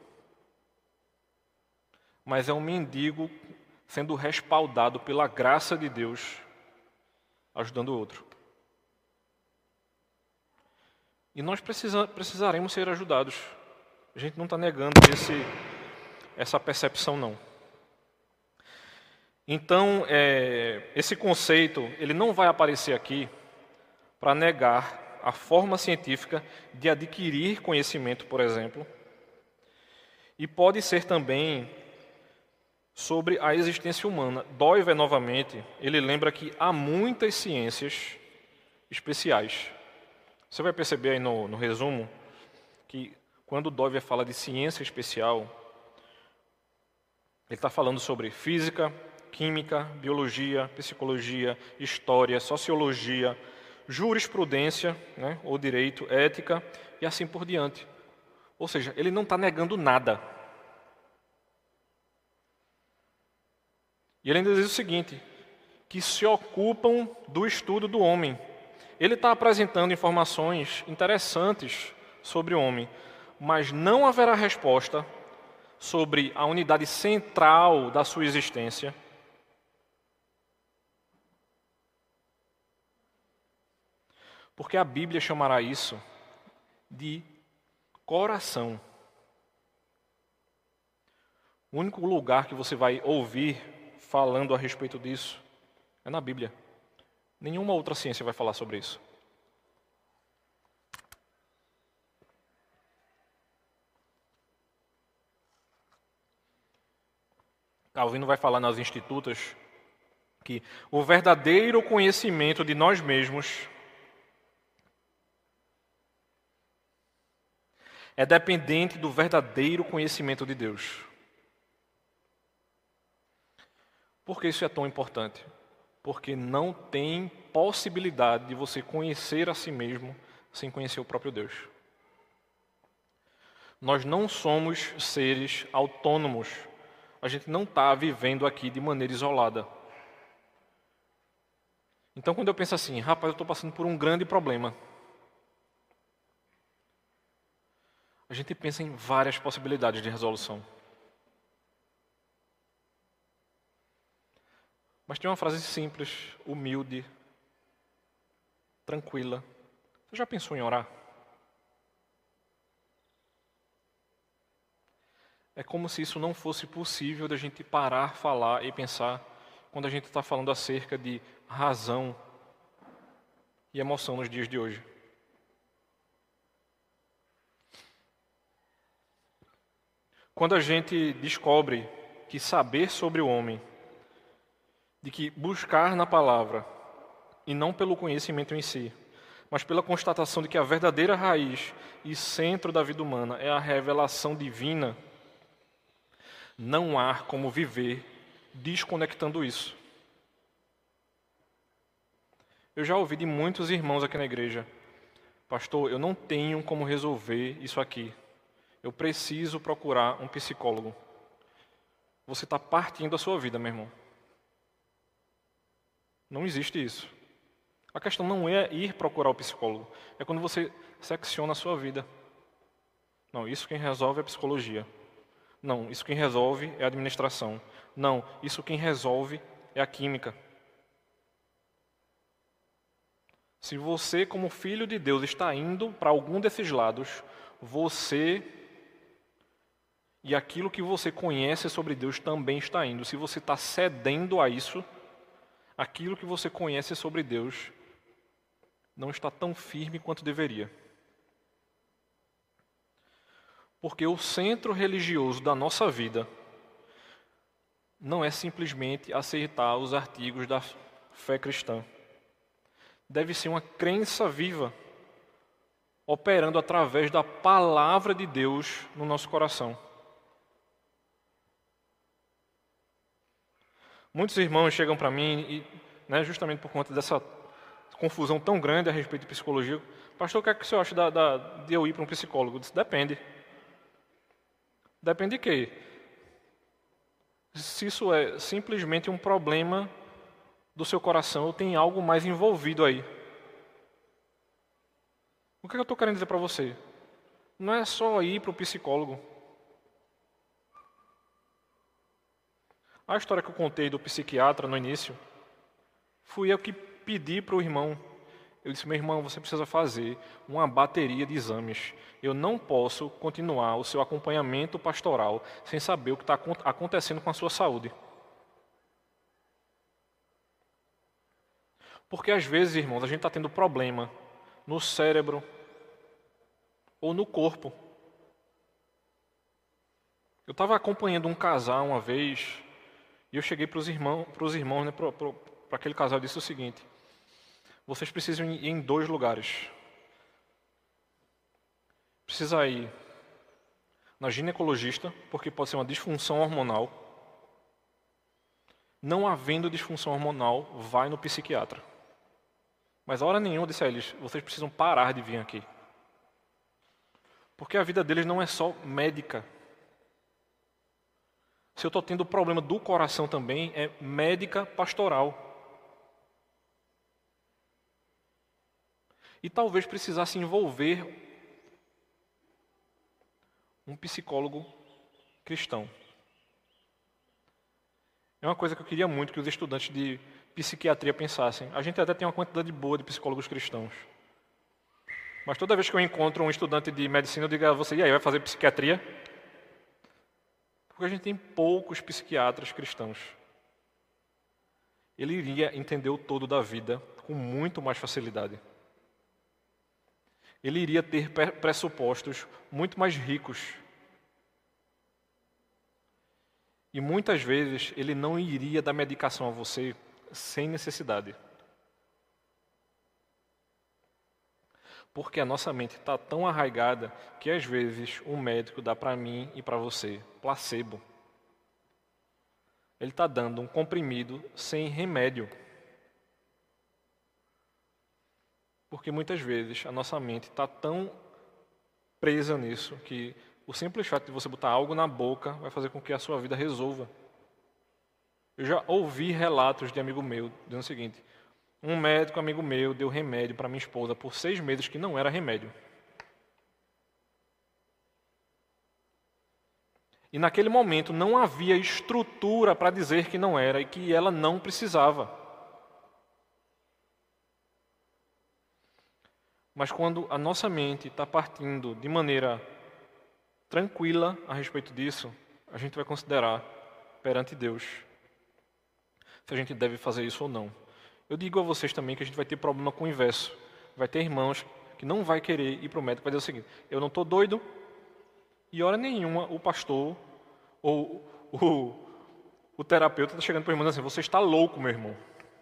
Mas é um mendigo sendo respaldado pela graça de Deus, ajudando o outro. E nós precisa, precisaremos ser ajudados. A gente não está negando esse, essa percepção, não. Então, é, esse conceito, ele não vai aparecer aqui para negar a forma científica de adquirir conhecimento, por exemplo, e pode ser também sobre a existência humana. Doiver, novamente, ele lembra que há muitas ciências especiais. Você vai perceber aí no, no resumo que quando o Dover fala de ciência especial, ele está falando sobre física, química, biologia, psicologia, história, sociologia, jurisprudência, né, ou direito, ética e assim por diante. Ou seja, ele não está negando nada. E ele ainda diz o seguinte, que se ocupam do estudo do homem. Ele está apresentando informações interessantes sobre o homem, mas não haverá resposta sobre a unidade central da sua existência, porque a Bíblia chamará isso de coração. O único lugar que você vai ouvir falando a respeito disso é na Bíblia. Nenhuma outra ciência vai falar sobre isso. Calvino vai falar nas Institutas que o verdadeiro conhecimento de nós mesmos é dependente do verdadeiro conhecimento de Deus. Por que isso é tão importante? Porque não tem possibilidade de você conhecer a si mesmo sem conhecer o próprio Deus. Nós não somos seres autônomos. A gente não está vivendo aqui de maneira isolada. Então, quando eu penso assim, rapaz, eu estou passando por um grande problema, a gente pensa em várias possibilidades de resolução. Mas tem uma frase simples, humilde, tranquila. Você já pensou em orar? É como se isso não fosse possível da gente parar, falar e pensar quando a gente está falando acerca de razão e emoção nos dias de hoje. Quando a gente descobre que saber sobre o homem, de que buscar na palavra, e não pelo conhecimento em si, mas pela constatação de que a verdadeira raiz e centro da vida humana é a revelação divina, não há como viver desconectando isso. Eu já ouvi de muitos irmãos aqui na igreja, pastor, eu não tenho como resolver isso aqui. Eu preciso procurar um psicólogo. Você está partindo a sua vida, meu irmão. Não existe isso. A questão não é ir procurar o psicólogo. É quando você secciona a sua vida. Não, isso quem resolve é a psicologia. Não, isso quem resolve é a administração. Não, isso quem resolve é a química. Se você, como filho de Deus, está indo para algum desses lados, você e aquilo que você conhece sobre Deus também está indo. Se você está cedendo a isso, aquilo que você conhece sobre Deus não está tão firme quanto deveria. Porque o centro religioso da nossa vida não é simplesmente aceitar os artigos da fé cristã. Deve ser uma crença viva, operando através da palavra de Deus no nosso coração. Muitos irmãos chegam para mim, e, né, justamente por conta dessa confusão tão grande a respeito de psicologia, pastor, o que é que o senhor acha da, da, de eu ir para um psicólogo? Eu disse, depende. Depende de quê? Se isso é simplesmente um problema do seu coração, ou tem algo mais envolvido aí. O que eu estou querendo dizer para você? Não é só ir para o psicólogo. A história que eu contei do psiquiatra no início, fui eu que pedi para o irmão. Eu disse, meu irmão, você precisa fazer uma bateria de exames. Eu não posso continuar o seu acompanhamento pastoral sem saber o que está acontecendo com a sua saúde. Porque às vezes, irmãos, a gente está tendo problema no cérebro ou no corpo. Eu estava acompanhando um casal uma vez e eu cheguei para os irmãos, para os irmãos, né, para, para, para aquele casal, e disse o seguinte: vocês precisam ir em dois lugares. precisa ir na ginecologista, porque pode ser uma disfunção hormonal. Não havendo disfunção hormonal, vai no psiquiatra. Mas a hora nenhuma eu disse a eles, vocês precisam parar de vir aqui. Porque a vida deles não é só médica. Se eu estou tendo problema do coração também, é médica pastoral. E talvez precisasse envolver um psicólogo cristão. É uma coisa que eu queria muito que os estudantes de psiquiatria pensassem. A gente até tem uma quantidade boa de psicólogos cristãos. Mas toda vez que eu encontro um estudante de medicina, eu digo a você, e aí, vai fazer psiquiatria? Porque a gente tem poucos psiquiatras cristãos. Ele iria entender o todo da vida com muito mais facilidade. Ele iria ter pressupostos muito mais ricos. E muitas vezes ele não iria dar medicação a você sem necessidade. Porque a nossa mente está tão arraigada que às vezes um médico dá para mim e para você placebo. Ele está dando um comprimido sem remédio. Porque muitas vezes a nossa mente está tão presa nisso que o simples fato de você botar algo na boca vai fazer com que a sua vida resolva. Eu já ouvi relatos de amigo meu dizendo o seguinte: um médico amigo meu deu remédio para minha esposa por seis meses que não era remédio. E naquele momento não havia estrutura para dizer que não era e que ela não precisava. Mas quando a nossa mente está partindo de maneira tranquila a respeito disso, a gente vai considerar perante Deus se a gente deve fazer isso ou não. Eu digo a vocês também que a gente vai ter problema com o inverso. Vai ter irmãos que não vai querer ir para o médico, vai dizer o seguinte: eu não estou doido, e hora nenhuma o pastor ou o, o terapeuta está chegando para o irmão dizendo assim: você está louco, meu irmão.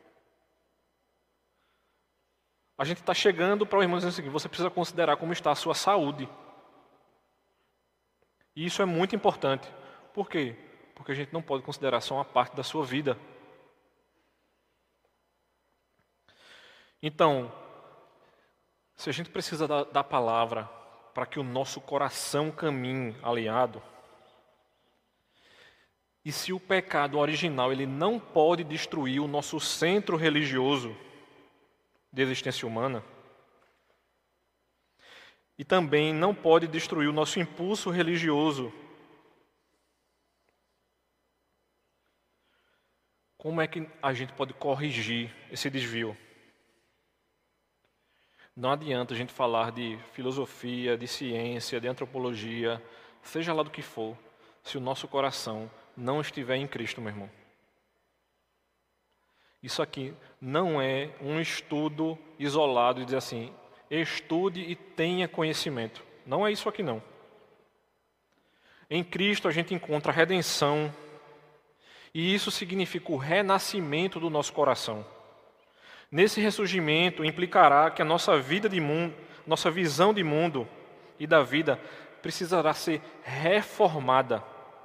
A gente está chegando para o irmão dizendo o seguinte: você precisa considerar como está a sua saúde. E isso é muito importante. Por quê? Porque a gente não pode considerar só uma parte da sua vida. Então, se a gente precisa da, da palavra para que o nosso coração caminhe alinhado, e se o pecado original ele não pode destruir o nosso centro religioso de existência humana, e também não pode destruir o nosso impulso religioso, como é que a gente pode corrigir esse desvio? Não adianta a gente falar de filosofia, de ciência, de antropologia, seja lá do que for, se o nosso coração não estiver em Cristo, meu irmão. Isso aqui não é um estudo isolado e dizer assim: estude e tenha conhecimento. Não é isso aqui não. Em Cristo a gente encontra a redenção, e isso significa o renascimento do nosso coração. Nesse ressurgimento implicará que a nossa vida de mundo, nossa visão de mundo e da vida precisará ser reformada.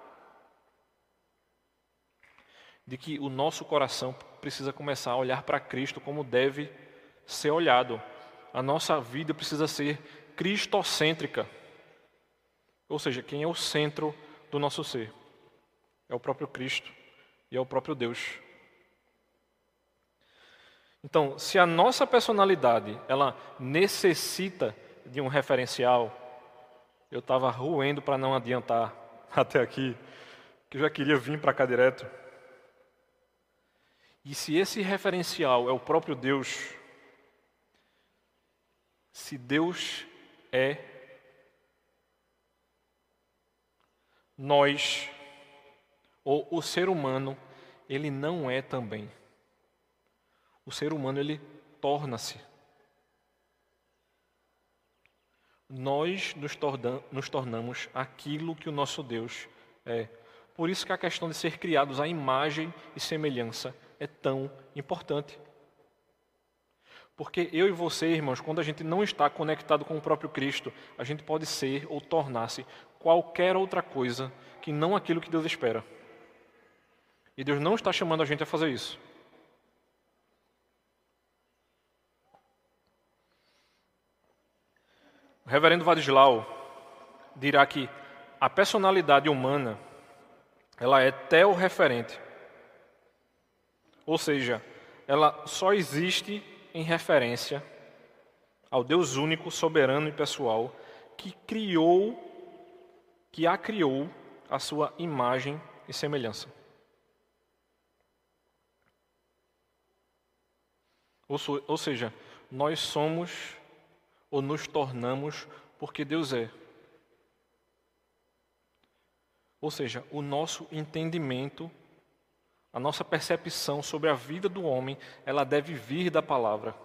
De que o nosso coração precisa começar a olhar para Cristo como deve ser olhado. A nossa vida precisa ser cristocêntrica. Ou seja, quem é o centro do nosso ser? É o próprio Cristo e é o próprio Deus. Então, se a nossa personalidade ela necessita de um referencial, eu estava roendo para não adiantar até aqui, que eu já queria vir para cá direto. E se esse referencial é o próprio Deus, se Deus é, nós, ou o ser humano, ele não é também. O ser humano, ele torna-se. Nós nos, torna, nos tornamos aquilo que o nosso Deus é. Por isso que a questão de ser criados à imagem e semelhança é tão importante. Porque eu e você, irmãos, quando a gente não está conectado com o próprio Cristo, a gente pode ser ou tornar-se qualquer outra coisa que não aquilo que Deus espera. E Deus não está chamando a gente a fazer isso. O reverendo Vadislau dirá que a personalidade humana, ela é teorreferente. Ou seja, ela só existe em referência ao Deus único, soberano e pessoal, que criou, que a criou à sua imagem e semelhança. Ou, so, ou seja, nós somos ou nos tornamos porque Deus é. Ou seja, o nosso entendimento, a nossa percepção sobre a vida do homem, ela deve vir da palavra.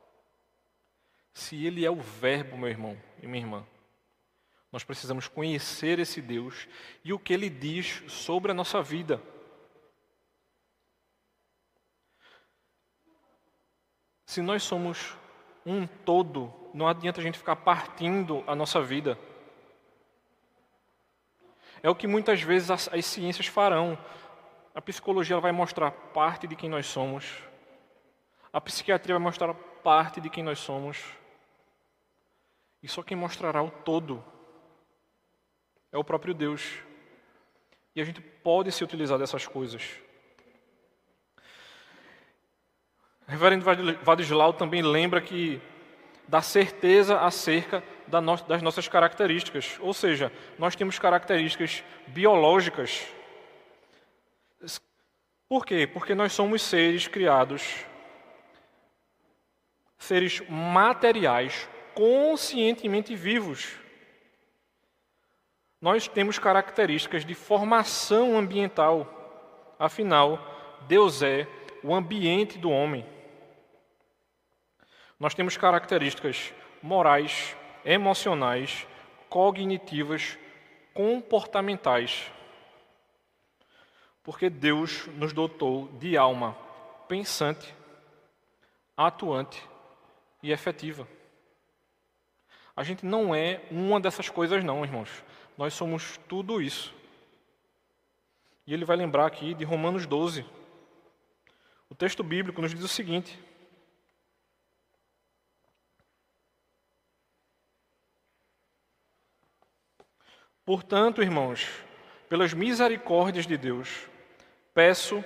Se ele é o verbo, meu irmão e minha irmã, nós precisamos conhecer esse Deus e o que ele diz sobre a nossa vida. Se nós somos um todo, não adianta a gente ficar partindo a nossa vida. É o que muitas vezes as, as ciências farão. A psicologia ela vai mostrar parte de quem nós somos. A psiquiatria vai mostrar parte de quem nós somos. E só quem mostrará o todo é o próprio Deus. E a gente pode se utilizar dessas coisas. O reverendo Vadislau também lembra que dá certeza acerca da no, das nossas características. Ou seja, nós temos características biológicas. Por quê? Porque nós somos seres criados, seres materiais, conscientemente vivos. Nós temos características de formação ambiental. Afinal, Deus é o ambiente do homem. Nós temos características morais, emocionais, cognitivas, comportamentais. Porque Deus nos dotou de alma pensante, atuante e efetiva. A gente não é uma dessas coisas não, irmãos. Nós somos tudo isso. E ele vai lembrar aqui de Romanos doze. O texto bíblico nos diz o seguinte: portanto, irmãos, pelas misericórdias de Deus, peço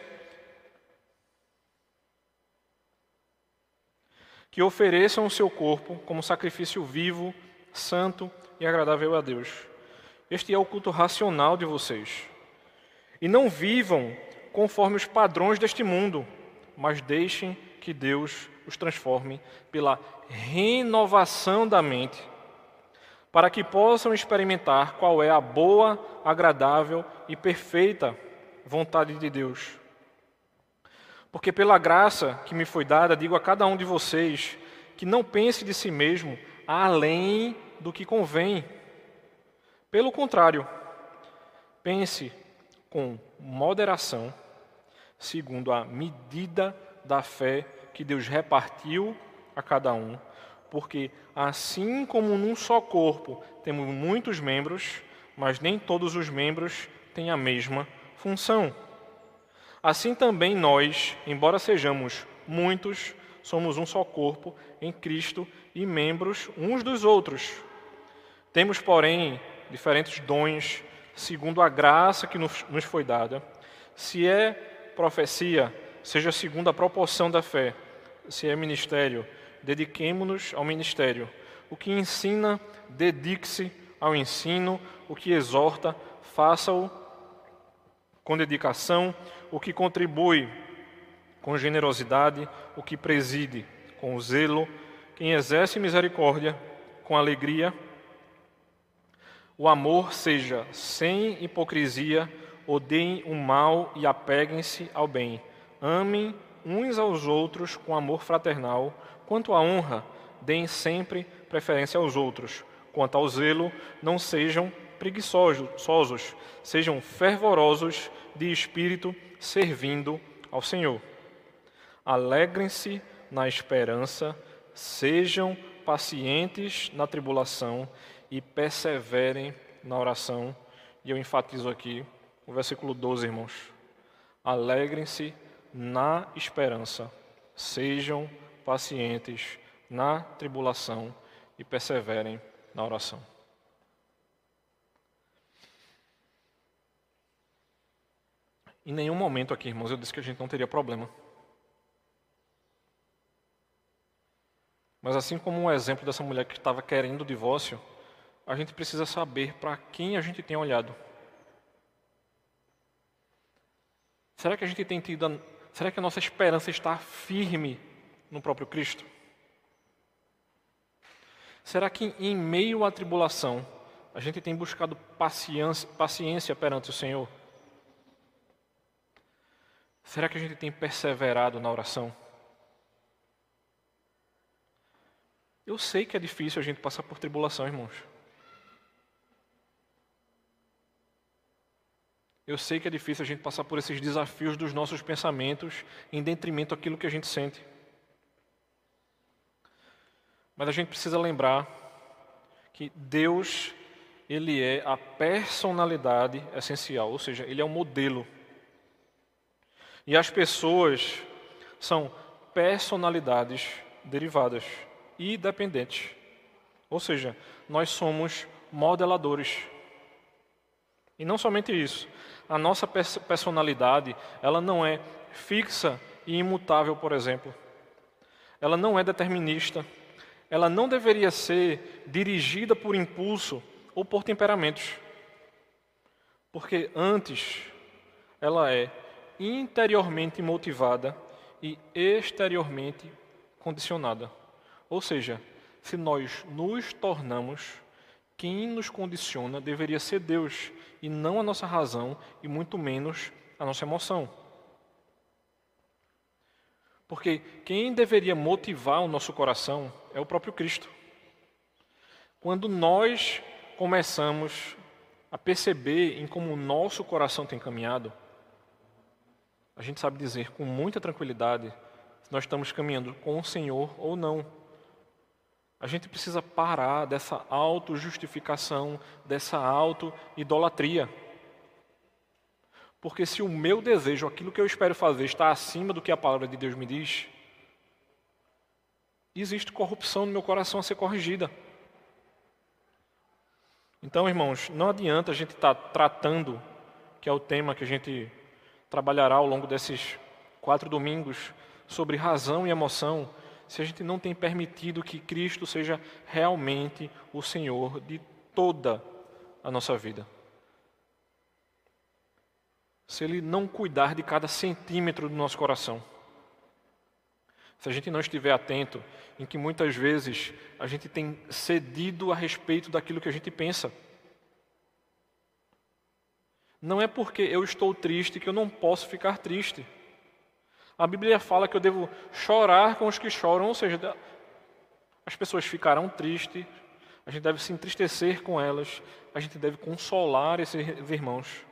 que ofereçam o seu corpo como sacrifício vivo, santo e agradável a Deus. Este é o culto racional de vocês. E não vivam conforme os padrões deste mundo, mas deixem que Deus os transforme pela renovação da mente, para que possam experimentar qual é a boa, agradável e perfeita vontade de Deus. Porque pela graça que me foi dada, digo a cada um de vocês que não pense de si mesmo além do que convém. Pelo contrário, pense com moderação, segundo a medida da fé que Deus repartiu a cada um. Porque assim como num só corpo temos muitos membros, mas nem todos os membros têm a mesma função. Assim também nós, embora sejamos muitos, somos um só corpo em Cristo e membros uns dos outros. Temos, porém, diferentes dons, segundo a graça que nos foi dada. Se é profecia, seja segundo a proporção da fé. Se é ministério, dediquemo-nos ao ministério. O que ensina, dedique-se ao ensino. O que exorta, faça-o com dedicação. O que contribui, com generosidade. O que preside, com zelo. Quem exerce misericórdia, com alegria. O amor seja sem hipocrisia. Odeiem o mal e apeguem-se ao bem. Amem uns aos outros com amor fraternal. Quanto à honra, deem sempre preferência aos outros. Quanto ao zelo, não sejam preguiçosos, sejam fervorosos de espírito, servindo ao Senhor. Alegrem-se na esperança, sejam pacientes na tribulação e perseverem na oração. E eu enfatizo aqui o versículo doze, irmãos. Alegrem-se na esperança, sejam pacientes na tribulação e perseverem na oração. Em nenhum momento aqui, irmãos, eu disse que a gente não teria problema. Mas assim como o exemplo dessa mulher que estava querendo o divórcio, a gente precisa saber para quem a gente tem olhado. Será que a gente tem tido, será que a nossa esperança está firme no próprio Cristo? Será que em meio à tribulação a gente tem buscado paciência, paciência perante o Senhor? Será que a gente tem perseverado na oração? Eu sei que é difícil a gente passar por tribulação, irmãos. Eu sei que é difícil a gente passar por esses desafios dos nossos pensamentos em detrimento daquilo que a gente sente. Mas a gente precisa lembrar que Deus, Ele é a personalidade essencial, ou seja, Ele é o modelo. E as pessoas são personalidades derivadas e dependentes. Ou seja, nós somos modeladores. E não somente isso, a nossa personalidade, ela não é fixa e imutável, por exemplo. Ela não é determinista. Ela não deveria ser dirigida por impulso ou por temperamentos. Porque antes, ela é interiormente motivada e exteriormente condicionada. Ou seja, se nós nos tornamos, quem nos condiciona deveria ser Deus, e não a nossa razão, e muito menos a nossa emoção. Porque quem deveria motivar o nosso coração é o próprio Cristo. Quando nós começamos a perceber em como o nosso coração tem caminhado, a gente sabe dizer com muita tranquilidade se nós estamos caminhando com o Senhor ou não. A gente precisa parar dessa autojustificação, dessa auto-idolatria. Porque se o meu desejo, aquilo que eu espero fazer, está acima do que a palavra de Deus me diz, existe corrupção no meu coração a ser corrigida. Então, irmãos, não adianta a gente estar tratando, que é o tema que a gente trabalhará ao longo desses quatro domingos, sobre razão e emoção, se a gente não tem permitido que Cristo seja realmente o Senhor de toda a nossa vida. Se Ele não cuidar de cada centímetro do nosso coração. Se a gente não estiver atento, em que muitas vezes a gente tem cedido a respeito daquilo que a gente pensa. Não é porque eu estou triste que eu não posso ficar triste. A Bíblia fala que eu devo chorar com os que choram, ou seja, as pessoas ficarão tristes, a gente deve se entristecer com elas, a gente deve consolar esses irmãos.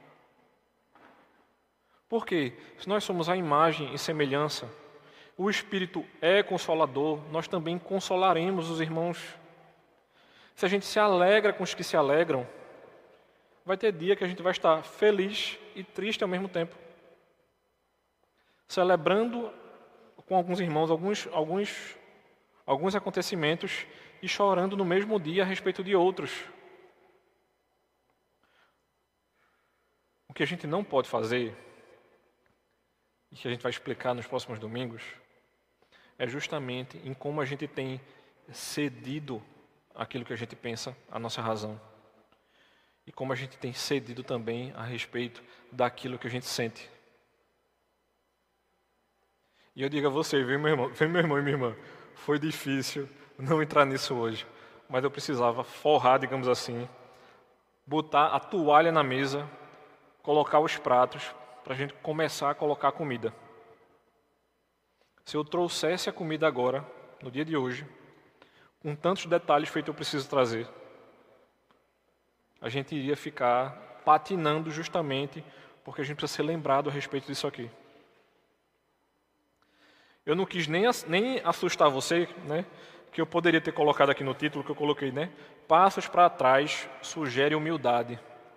Por quê? Se nós somos a imagem e semelhança, o Espírito é consolador, nós também consolaremos os irmãos. Se a gente se alegra com os que se alegram, vai ter dia que a gente vai estar feliz e triste ao mesmo tempo. Celebrando com alguns irmãos alguns, alguns, alguns acontecimentos e chorando no mesmo dia a respeito de outros. O que a gente não pode fazer, e que a gente vai explicar nos próximos domingos, é justamente em como a gente tem cedido aquilo que a gente pensa, a nossa razão. E como a gente tem cedido também a respeito daquilo que a gente sente. E eu digo a você, viu, meu irmão, viu, meu irmão e minha irmã, foi difícil não entrar nisso hoje, mas eu precisava forrar, digamos assim, botar a toalha na mesa, colocar os pratos, para a gente começar a colocar a comida. Se eu trouxesse a comida agora, no dia de hoje, com tantos detalhes feitos eu preciso trazer, a gente iria ficar patinando justamente porque a gente precisa ser lembrado a respeito disso aqui. Eu não quis nem, nem assustar você, né? Que eu poderia ter colocado aqui no título, que eu coloquei, né? Passos para trás sugere humildade.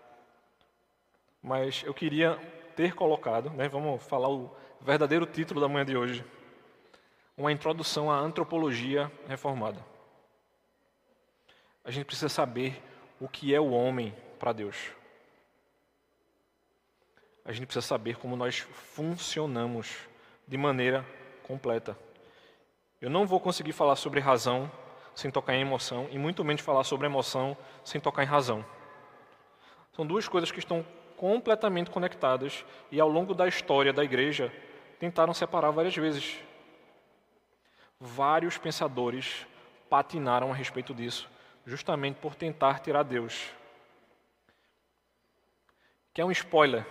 Mas eu queria ter colocado, né? Vamos falar o verdadeiro título da manhã de hoje. Uma introdução à antropologia reformada. A gente precisa saber o que é o homem para Deus. A gente precisa saber como nós funcionamos de maneira completa. Eu não vou conseguir falar sobre razão sem tocar em emoção, e muito menos falar sobre emoção sem tocar em razão. São duas coisas que estão completamente conectadas e ao longo da história da igreja tentaram separar várias vezes. Vários pensadores patinaram a respeito disso, justamente por tentar tirar Deus. Quer um spoiler?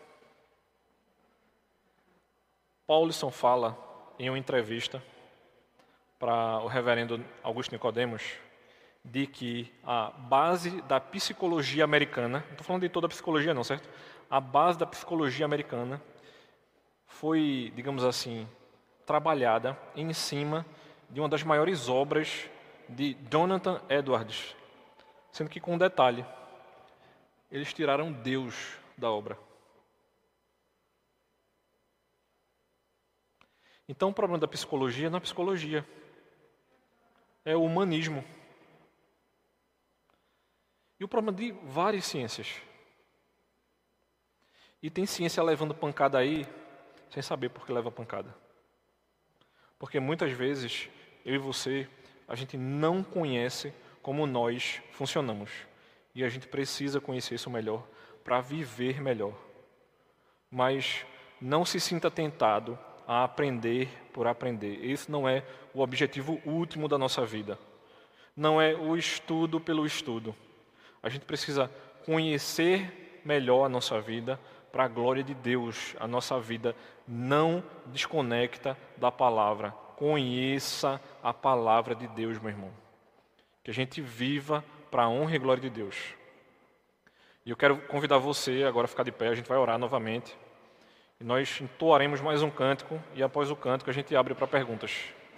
Paulson fala em uma entrevista para o reverendo Augusto Nicodemos de que a base da psicologia americana, não estou falando de toda a psicologia não, certo? A base da psicologia americana foi, digamos assim, trabalhada em cima de uma das maiores obras de Jonathan Edwards, sendo que com um detalhe, eles tiraram Deus da obra. Então o problema da psicologia não é a psicologia, é o humanismo. E o problema de várias ciências. E tem ciência levando pancada aí, sem saber por que leva pancada. Porque muitas vezes, eu e você, a gente não conhece como nós funcionamos. E a gente precisa conhecer isso melhor para viver melhor. Mas não se sinta tentado a aprender por aprender. Esse não é o objetivo último da nossa vida. Não é o estudo pelo estudo. A gente precisa conhecer melhor a nossa vida para a glória de Deus. A nossa vida não desconecta da palavra. Conheça a palavra de Deus, meu irmão. Que a gente viva para a honra e glória de Deus. E eu quero convidar você agora a ficar de pé, a gente vai orar novamente. E nós entoaremos mais um cântico e após o cântico a gente abre para perguntas.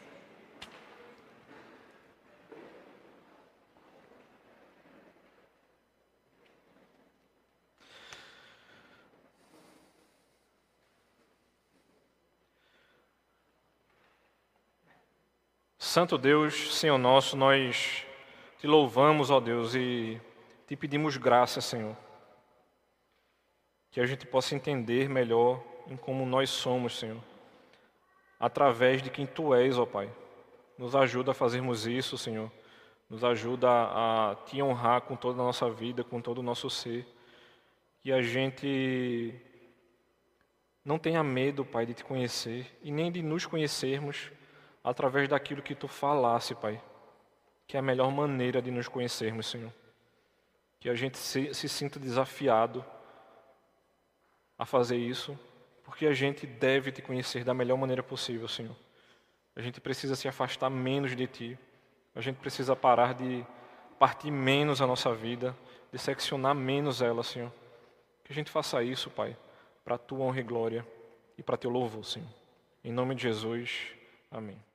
Santo Deus, Senhor nosso, nós te louvamos, ó Deus, e te pedimos graça, Senhor. Que a gente possa entender melhor em como nós somos, Senhor. Através de quem Tu és, ó Pai. Nos ajuda a fazermos isso, Senhor. Nos ajuda a Te honrar com toda a nossa vida, com todo o nosso ser. Que a gente não tenha medo, Pai, de Te conhecer e nem de nos conhecermos através daquilo que Tu falasse, Pai, que é a melhor maneira de nos conhecermos, Senhor. Que a gente se, se sinta desafiado a fazer isso, porque a gente deve Te conhecer da melhor maneira possível, Senhor. A gente precisa se afastar menos de Ti. A gente precisa parar de partir menos a nossa vida, de seccionar menos ela, Senhor. Que a gente faça isso, Pai, para a Tua honra e glória e para Teu louvor, Senhor. Em nome de Jesus, amém.